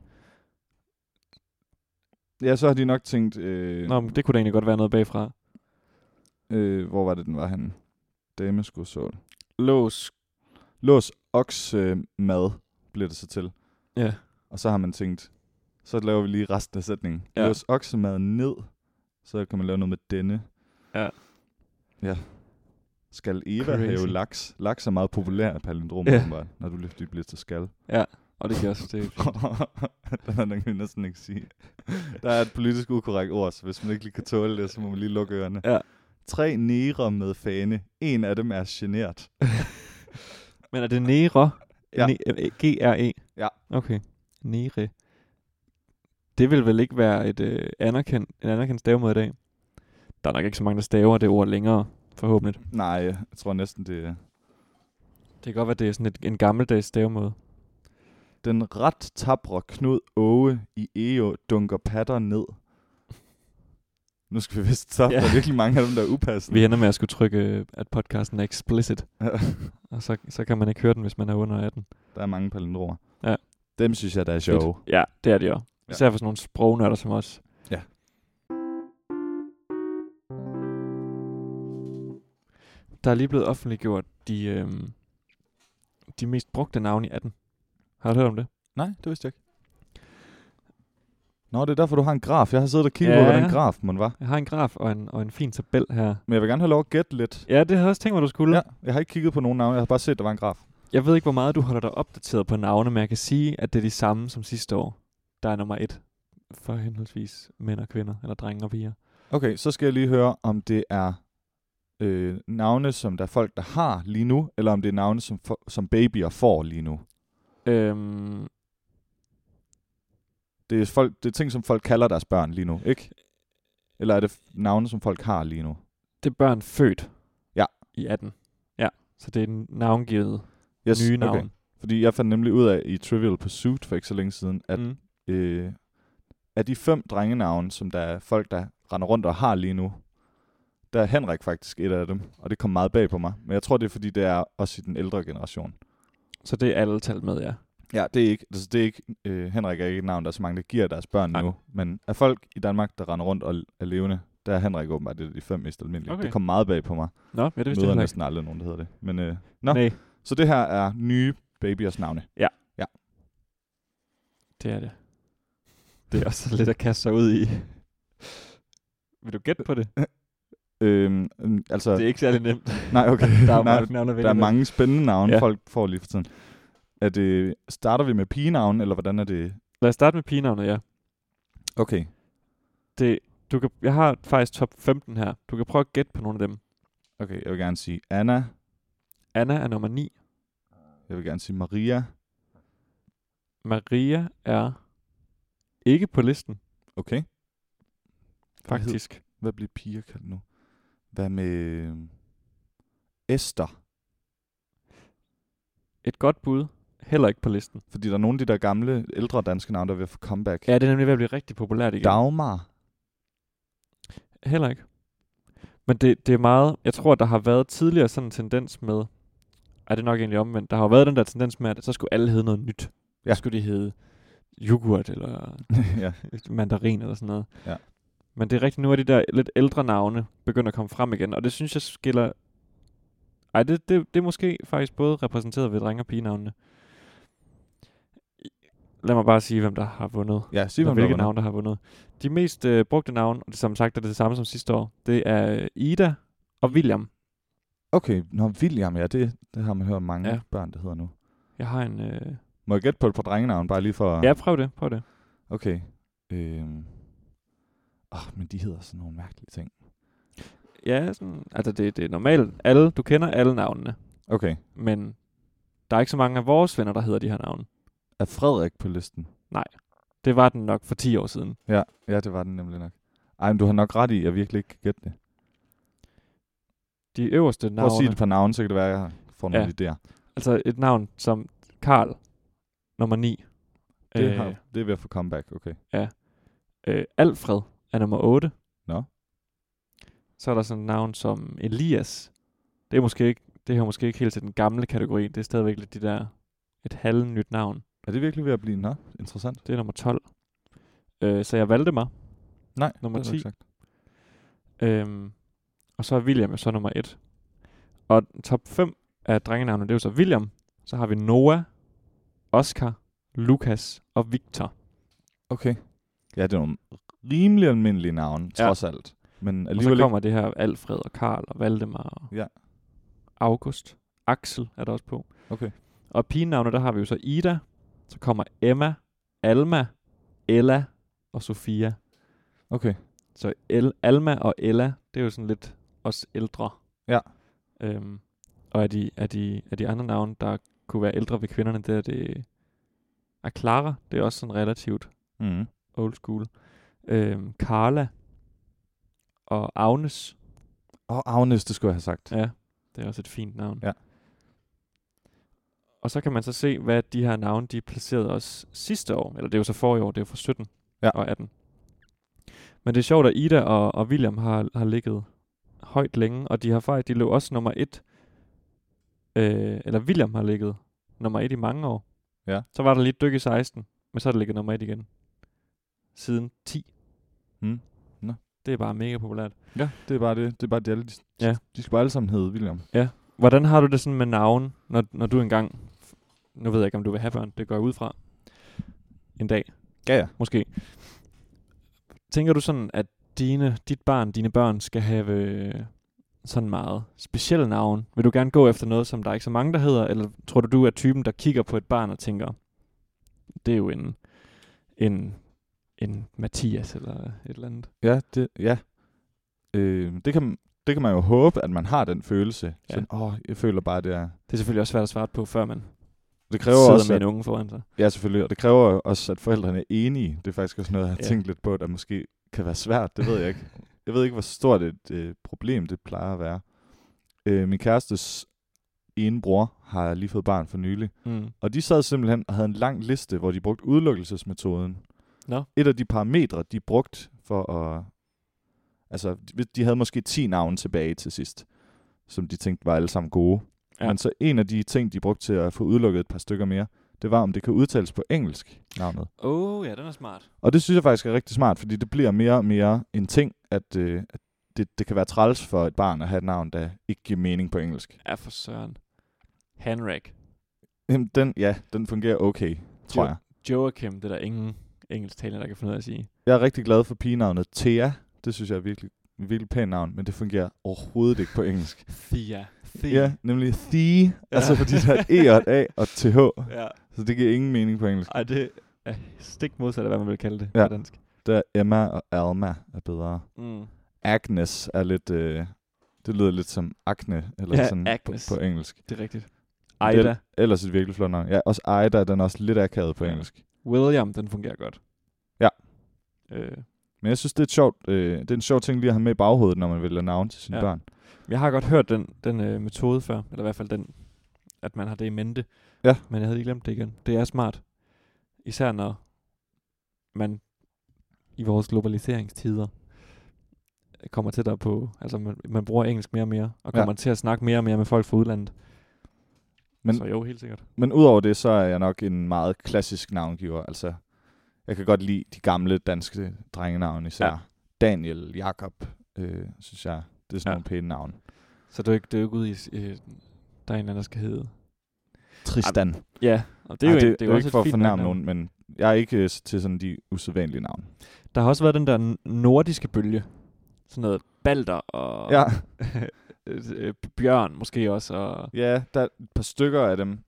Ja, så har de nok tænkt... nå, men det kunne da egentlig godt være noget bagfra. Hvor var det, den var henne? Dameskosål. Lås. Oksemad bliver det så til. Ja. Og så har man tænkt, så laver vi lige resten af sætningen. Ja. Lås oksemaden ned, så kan man lave noget med denne. Ja. Ja. Skal Eva Crazy. have laks? Laks er meget populær af palindrom, Ja. når du lige bliver til skal. Ja, og det kan også. Det Den kan vi næsten ikke sige. Der er et politisk ukorrekt ord, så hvis man ikke lige kan tåle det, så må man lige lukke ørerne. Ja. 3 negre med fane. En af dem er genert. Men er det Nere? Ja. G-R-E? Ja. Okay. Nere. Det vil vel ikke være en anerkendt stavemåde i dag? Der er nok ikke så mange, der staver det ord længere, forhåbentlig. Nej, jeg tror næsten det er... Det kan godt være, det er sådan en gammeldags stavemåde. Den ret tabre Knud Åge i Eo dunker patter ned. Nu skal vi vist stoppe. Ja. Der er virkelig mange af dem, der er upassende. Vi ender med at skulle trykke, at podcasten er explicit. Ja. Og så kan man ikke høre den, hvis man er under 18. Der er mange palindromer. Ja. Dem synes jeg, der er sjove. Ja, det er det jo. Ja. Især for sådan nogle sprognørder som os. Ja. Der er lige blevet offentliggjort de mest brugte navne i 18. Har du hørt om det? Nej, det vidste jeg ikke. Nå, det er derfor, du har en graf. Jeg har siddet og kigget Ja. på, hvad den graf man var. Jeg har en graf og en fin tabel her. Men jeg vil gerne have lov at gætte lidt. Ja, det har jeg også tænkt mig, du skulle. Ja, jeg har ikke kigget på nogen navne. Jeg har bare set, at der var en graf. Jeg ved ikke, hvor meget du holder dig opdateret på navne, men jeg kan sige, at det er de samme som sidste år. Der er nummer 1 for henholdsvis mænd og kvinder, eller drenge og piger. Okay, så skal jeg lige høre, om det er navne, som der er folk, der har lige nu, eller om det er navne, som babyer får lige nu. Det er ting, som folk kalder deres børn lige nu, ikke? Eller er det navne, som folk har lige nu? Det er børn født Ja. i 18. Ja, så det er en navngivet Yes, nye navn. okay. Fordi jeg fandt nemlig ud af i Trivial Pursuit for ikke så længe siden, at af de 5 drengenavne, som der er folk, der render rundt og har lige nu, der er Henrik faktisk et af dem, og det kom meget bag på mig. Men jeg tror, det er, fordi det er også i den ældre generation. Så det er alle talt med, ja. Ja, det er ikke Henrik er ikke et navn, der er så mange, der giver deres børn Nej. nu. Men af folk i Danmark, der render rundt og er levende, der er Henrik åbenbart det er de 5 mest almindelige. Okay. Det kom meget bag på mig. Nå, ja, det vidste Møder jeg næsten aldrig nogen, der hedder det. Men, nå, Nej, så det her er nye babyers navne. det er det. Det er også lidt at kaste sig ud i. Vil du gætte på det? Altså, Det er ikke særlig nemt. nej, okay. Der er nej, mange navne at vælge der er mellem. mange spændende navne, Ja. folk får lige for tiden. Starter vi med pigenavn, eller hvordan er det? Lad os starte med pigenavnet, ja. Okay. Jeg har faktisk top 15 her. Du kan prøve at gætte på nogle af dem. Okay, jeg vil gerne sige Anna. Anna er nummer 9. Jeg vil gerne sige Maria. Maria er ikke på listen, Okay. faktisk. Hvad bliver piger kaldt nu? Hvad med Esther? Et godt bud. Heller ikke på listen. Fordi der er nogle af de der gamle, ældre danske navne, der er ved at få comeback. Ja, det er nemlig ved at blive rigtig populært igen. Dagmar. Heller ikke. Men det er meget... Jeg tror, der har været tidligere sådan en tendens med... Det er nok egentlig omvendt. Der har jo været den der tendens med, at så skulle alle hedde noget nyt. Ja. Så skulle de hedde yoghurt eller Ja. mandarin eller sådan noget. Ja. Men det er rigtigt, nu er de der lidt ældre navne begyndt at komme frem igen. Og det synes jeg skiller... Det er måske faktisk både repræsenteret ved drenge- og pigenavnene. Lad mig bare sige, hvem der har vundet. Ja, sig Og hvem hvilke der var navne, der har vundet. De mest brugte navne, og det som sagt er det samme som sidste år, det er Ida og William. Okay, William, ja, det har man hørt mange Ja. børn, der hedder nu. Jeg har en... Må jeg gætte på et par drengenavn, bare lige for... Ja, prøv det. Okay. Men de hedder sådan nogle mærkelige ting. Ja, sådan, altså det er normalt. Du kender alle navnene, Okay. men der er ikke så mange af vores venner, der hedder de her navne. Er Frederik på listen? Det var den nok for 10 år siden. Ja, det var den nemlig nok. Ej, men du har nok ret i, at jeg virkelig ikke kan gætte det. De øverste navne. Prøv at sige et par navne, så kan det være, at jeg får nogle idéer. Altså et navn som Karl, nummer 9. Det er ved at få comeback, okay. Alfred er nummer 8. Nå. Så er der sådan et navn som Elias. Det hører måske ikke helt til den gamle kategori. Det er stadigvæk lidt et halvnyt navn. Er det virkelig ved at blive interessant? Det er nummer 12. Så jeg valgte mig. Nej, nummer det 10. Exakt. Og så er William jo så nummer 1. Og top 5 af drengenavnene, det er jo så William. Så har vi Noah, Oscar, Lukas og Victor. Okay. Ja, det er nogle rimelig almindelige navne, trods alt. Men og så kommer det her Alfred og Karl og Valdemar og August. Axel er der også på. Okay. Og pigenavne, der har vi jo så Ida. Så kommer Emma, Alma, Ella og Sofia. Okay. Så Alma og Ella, det er jo sådan lidt også ældre. Ja. Og af de andre navne, der kunne være ældre ved kvinderne, det er Clara. Det er også sådan relativt old school. Carla og Agnes. Agnes, det skulle jeg have sagt. Ja, det er også et fint navn. Ja. Og så kan man så se, hvad de her navne, de placerede os sidste år. Eller det er jo så forrige år, det er jo fra 17 og 18. Men det er sjovt, at Ida og William har ligget højt længe, og de lå også nummer 1. Eller William har ligget nummer 1 i mange år. Ja. Så var der lige et dyk i 16, men så er det ligget nummer 1 igen. Siden 10. Nå. Det er bare mega populært. Ja, det er bare det. Det er bare det alle. De skal bare alle sammen hedde William. Ja. Hvordan har du det sådan med navn, når du engang... Nu ved jeg ikke, om du vil have børn. Det går jeg ud fra. En dag. Ja. Måske. Tænker du sådan, at dine børn skal have sådan meget specielle navn? Vil du gerne gå efter noget, som der er ikke så mange, der hedder? Eller tror du er typen, der kigger på et barn og tænker, det er jo en Mathias eller et eller andet? Ja, det kan man jo håbe, at man har den følelse. Ja. Sådan, jeg føler bare, det er... Det er selvfølgelig også svært at svare på, før man det kræver sidder også, med en unge foran sig. Ja, selvfølgelig. Og det kræver også, at forældrene er enige. Det er faktisk også noget, jeg har tænkt lidt på, der måske kan være svært. Det ved jeg ikke. Jeg ved ikke, hvor stort et problem det plejer at være. Min kærestes ene bror har lige fået barn for nylig. Og de sad simpelthen og havde en lang liste, hvor de brugte udelukkelsesmetoden. No. Et af de parametre, de brugte for at... Altså, de havde måske 10 navne tilbage til sidst, som de tænkte var alle sammen gode. Ja. Men så en af de ting, de brugte til at få udelukket et par stykker mere, det var, om det kan udtales på engelsk, navnet. Ja, den er smart. Og det synes jeg faktisk er rigtig smart, fordi det bliver mere og mere en ting, at det kan være træls for et barn at have et navn, der ikke giver mening på engelsk. Ja, for søren. Henrik. Den fungerer okay, tror jeg. Joachim, det der ingen engelsktalende, der kan finde ud af at sige. Jeg er rigtig glad for pigenavnet Thea. Det synes jeg er virkelig pænt navn, men det fungerer overhovedet ikke på engelsk. Thea. Ja, nemlig Thea. Altså fordi der er et E og et A og et TH. Ja. Så det giver ingen mening på engelsk. Ej, det er stik modsat af, hvad man vil kalde det på dansk. Der Emma og Alma er bedre. Agnes er lidt... det lyder lidt som Akne, eller sådan på engelsk. Det er rigtigt. Ida. Ellers et virkelig flot navn. Ja, også Ida, den er også lidt akavet på engelsk. William, den fungerer godt. Ja. Men jeg synes, det er en sjov ting lige at have med i baghovedet, når man vælger navn til sine børn. Jeg har godt hørt den metode før, eller i hvert fald den, at man har det i mente. Ja. Men jeg havde lige glemt det igen. Det er smart. Især når man i vores globaliseringstider kommer tættere på, altså man bruger engelsk mere og mere, og kommer til at snakke mere og mere med folk fra udlandet. Så jo, helt sikkert. Men udover det, så er jeg nok en meget klassisk navngiver. Altså, jeg kan godt lide de gamle danske drengenavne især. Ja. Daniel, Jakob, synes jeg, det er sådan nogle pæne navn. Så det er jo ikke ude i, der er en anden, der skal hedde Tristan. Ja, og det er jo også ikke for at fornærme nogen, men jeg er ikke til sådan de usædvanlige navne. Der har også været den der nordiske bølge. Sådan noget Balder og Bjørn måske også. Og ja, der er et par stykker af dem.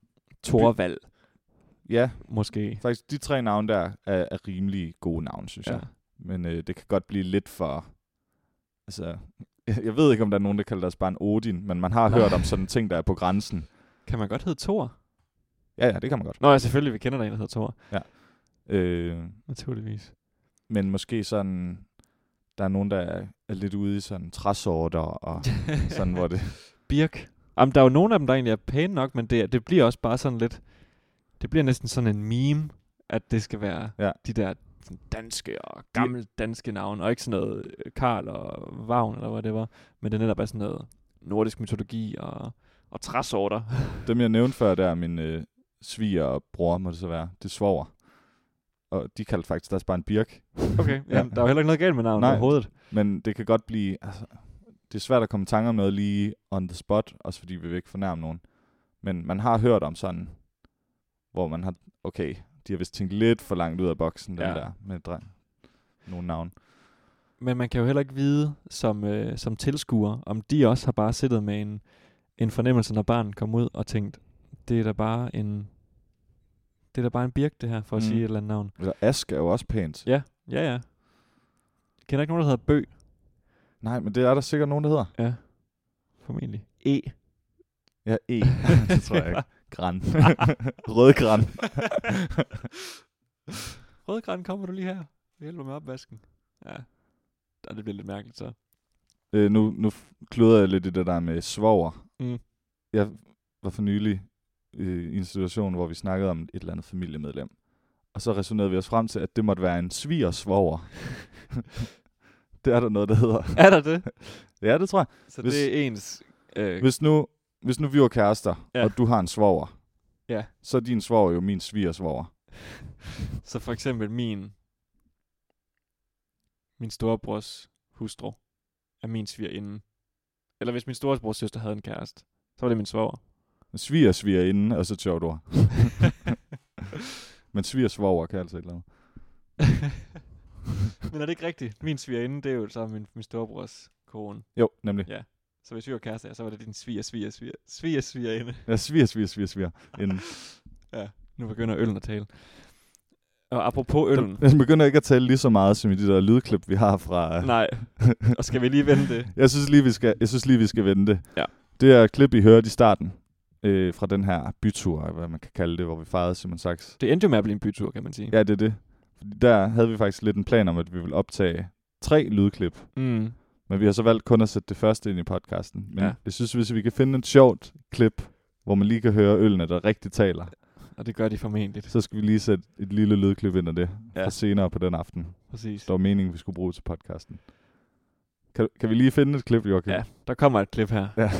Thorvald. Ja. Måske. Faktisk de 3 navne der er rimelig gode navne, synes jeg. Men det kan godt blive lidt for... Altså, jeg ved ikke, om der er nogen, der kalder deres barn Odin, men man har hørt om sådan ting, der er på grænsen. Kan man godt hedde Thor? Ja, det kan man godt. Nå, ja, selvfølgelig. Vi kender der en, der hedder Thor. Ja. Naturligvis. Men måske sådan... Der er nogen, der er lidt ude i sådan træsorter og sådan, hvor det... Birk. Jamen, der er jo nogle af dem, der egentlig er pæne nok, men det bliver også bare sådan lidt... Det bliver næsten sådan en meme, at det skal være de der danske og gamle danske navne, og ikke sådan noget Karl og Vagn, eller hvad det var. Men det netop er sådan noget nordisk mytologi og træsorter. Dem, jeg nævnte før, der er min sviger og bror, må det så være. Det svoger. Og de kaldte faktisk deres barn Birk. Okay, ja. Der er jo heller ikke noget galt med navnet overhovedet. Men det kan godt blive... Altså, det er svært at komme i tanke om noget lige on the spot, også fordi vi vil ikke fornærme nogen. Men man har hørt om sådan, hvor man har... Okay, de har vist tænkt lidt for langt ud af boksen, den der med nogle navn. Men man kan jo heller ikke vide som tilskuer, om de også har bare siddet med en fornemmelse, når barnet kom ud og tænkt, det er da bare en Birk, det her, for at sige et eller andet navn. Eller Ask er jo også pænt. Ja. Kender ikke nogen, der hedder Bø? Nej, men det er der sikkert nogen, der hedder. Ja, formentlig. E. Ja, E. Det tror jeg ikke. Gran. Rødgran. Rødgran, kommer du lige her? Vi hjælper med opvasken. Ja, det bliver lidt mærkeligt så. Nu kløder jeg lidt i det der med svoger. Jeg var for nylig i en situation, hvor vi snakkede om et eller andet familiemedlem. Og så resonerede vi os frem til, at det måtte være en svigersvoger. Det er der noget, der hedder. Er der det? Ja, det tror jeg. Så det er ens... Hvis nu vi var kærester, og du har en svoger, så er din svoger jo min svigersvoger. Så for eksempel min storebrors hustru er min svigerinde. Eller hvis min storebrors søster havde en kæreste, så var det min svoger. Svigerinde, og så et sjovt ord. Men svigersvoger kan altså et eller andet. Men er det ikke rigtigt? Min svigerinde, det er jo så min storebrors kone. Jo, nemlig. Ja. Så hvis vi var kærester, så var det din svigerinde. Ja, svigerinde. Ja, nu begynder øllen at tale. Og apropos øllen. Den begynder ikke at tale lige så meget som i de der lydklip, vi har fra... Nej, og skal vi lige vende det? Jeg synes lige, vi skal vende det. Ja. Det er et klip, I hørte i starten fra den her bytur, hvad man kan kalde det, hvor vi fejrede Simon Sachs. Det endte jo med at blive en bytur, kan man sige. Ja, det er det. Fordi der havde vi faktisk lidt en plan om, at vi ville optage 3 lydklip. Men vi har så valgt kun at sætte det første ind i podcasten. Men jeg synes, hvis vi kan finde et sjovt klip, hvor man lige kan høre ølene, der rigtig taler. Og det gør de formentlig. Så skal vi lige sætte et lille lydklip ind af det. For senere på den aften. Præcis. Der var meningen, vi skulle bruge til podcasten. Kan vi lige finde et klip, Joachim? Ja, der kommer et klip her. Ja.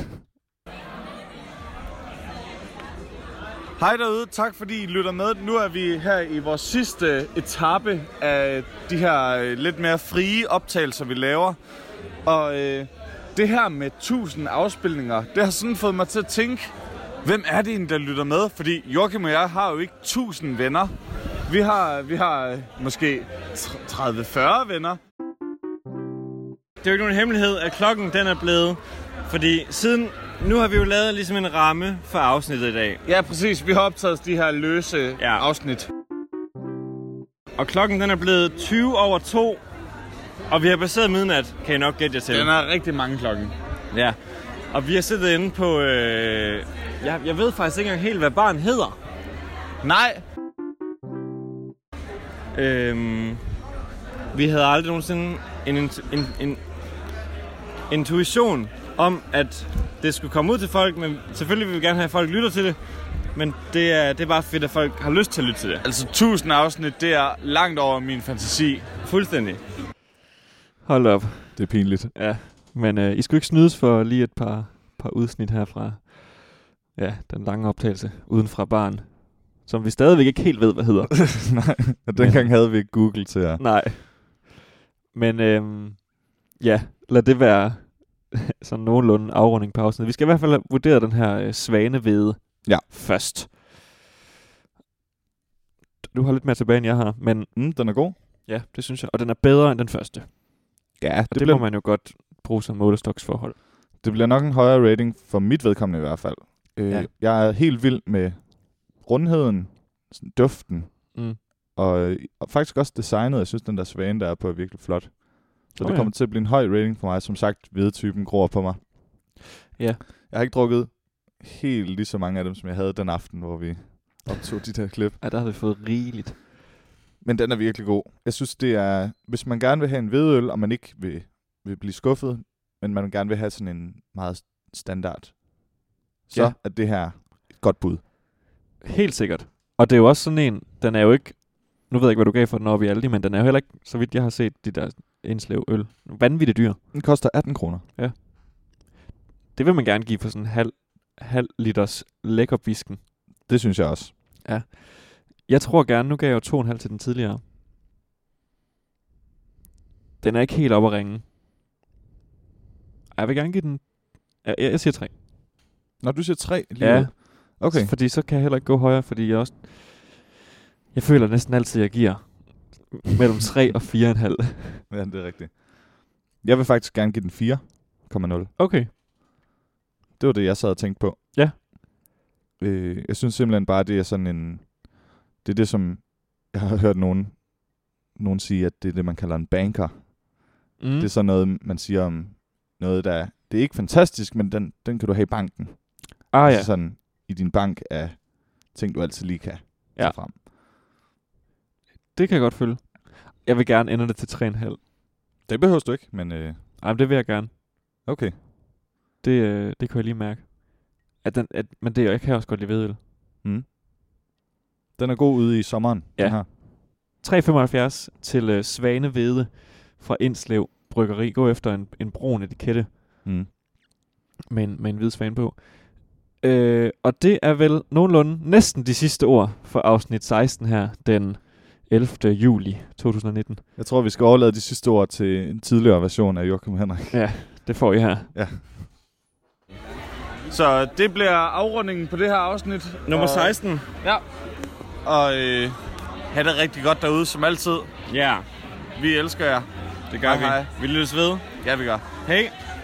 Hej derude, tak fordi I lytter med. Nu er vi her i vores sidste etape af de her lidt mere frie optagelser, vi laver. Og det her med 1000 afspilninger, det har sådan fået mig til at tænke, hvem er det egentlig, der lytter med? Fordi Joachim og jeg har jo ikke 1000 venner. Vi har måske 30-40 venner. Det er jo ikke nogen hemmelighed, at klokken den er blevet, fordi nu har vi jo lavet ligesom en ramme for afsnittet i dag. Ja, præcis. Vi har optaget de her løse afsnit. Og klokken den er blevet 2:20, og vi har passeret midnat, kan I nok gætte jer til. Den er rigtig mange klokken. Ja, og vi har siddet inde på, jeg ved faktisk ikke engang helt, hvad barn hedder. Nej. Vi havde aldrig nogensinde en intuition om, at det skulle komme ud til folk, men selvfølgelig vil vi gerne have, at folk lytter til det. Men det er bare fedt, at folk har lyst til at lytte til det. Altså 1000 afsnit, det er langt over min fantasi. Fuldstændig. Hold op. Det er pinligt. Ja, men I skulle ikke snydes for lige et par udsnit her fra den lange optagelse uden fra barn, som vi stadigvæk ikke helt ved, hvad hedder. Nej, og dengang havde vi ikke Google til jer. Nej. Men lad det være sådan nogenlunde afrunding på afsnittet. Vi skal i hvert fald have vurderet den her svanehvede først. Du har lidt mere tilbage, end jeg har, men... den er god. Ja, det synes jeg. Og den er bedre end den første. Ja, det må man jo godt bruge som målestoksforhold. Det bliver nok en højere rating for mit vedkommende i hvert fald. Jeg er helt vild med rundheden, duften Og faktisk også designet. Jeg synes, den der svane, der er på, er virkelig flot. Så det ja. kommer til at blive en høj rating for mig. Som sagt, hvedetypen gror på mig. Ja. Jeg har ikke drukket helt lige så mange af dem, som jeg havde den aften, hvor vi optog de der klip. Ja, der har vi fået rigeligt. Men den er virkelig god. Jeg synes, det er... Hvis man gerne vil have en hvedeøl, og man ikke vil blive skuffet, men man gerne vil have sådan en meget standard, så er det her et godt bud. Helt sikkert. Og det er jo også sådan en, den er jo ikke... Nu ved jeg ikke, hvad du gav for den oppe i Aldi, men den er jo heller ikke, så vidt jeg har set, de der Indslev øl. Vanvittigt dyr. Den koster 18 kroner. Ja. Det vil man gerne give for sådan en halv liters lækkerbisken. Det synes jeg også. Ja. Jeg tror gerne, nu gav jeg jo 2,5 til den tidligere. Den er ikke helt oppe at ringe. Jeg vil gerne give den... Jeg siger 3. Når du siger 3 lige Ja. ud. Okay. Fordi så kan jeg heller ikke gå højere, fordi jeg føler næsten altid, at jeg giver mellem 3 og 4,5. Ja, det er rigtigt. Jeg vil faktisk gerne give den 4,0. Okay. Det var det, jeg sad og tænkte på. Ja. Jeg synes simpelthen bare, det er sådan en... Det er det, som jeg har hørt nogen sige, at det er det, man kalder en banker. Mm. Det er sådan noget, man siger om noget, der... Det er ikke fantastisk, men den kan du have i banken. Ja. Altså sådan i din bank af ting, du altid lige kan tage frem. Det kan jeg godt følge. Jeg vil gerne ændre det til 3,5. Det behøver du ikke, men... Men det vil jeg gerne. Okay. Det kan jeg lige mærke. Men det jeg kan også godt lide hvedeøl. Mm. Den er god ude i sommeren. Ja. Den her. 3,75 til Svane Hvede fra Indslev Bryggeri. Gå efter en brun etikette med en hvid svane på. Og det er vel nogenlunde næsten de sidste ord for afsnit 16 her, den 11. juli 2019. Jeg tror, vi skal overlade de sidste ord til en tidligere version af Joachim Henrik. Ja, det får I her. Ja. Så det bliver afrundingen på det her afsnit. Nummer 16. Ja. Og have det rigtig godt derude, som altid. Ja, Vi elsker jer. det gør Hej, hej. vi. Vi lyttes ved. Ja, vi gør. Hej.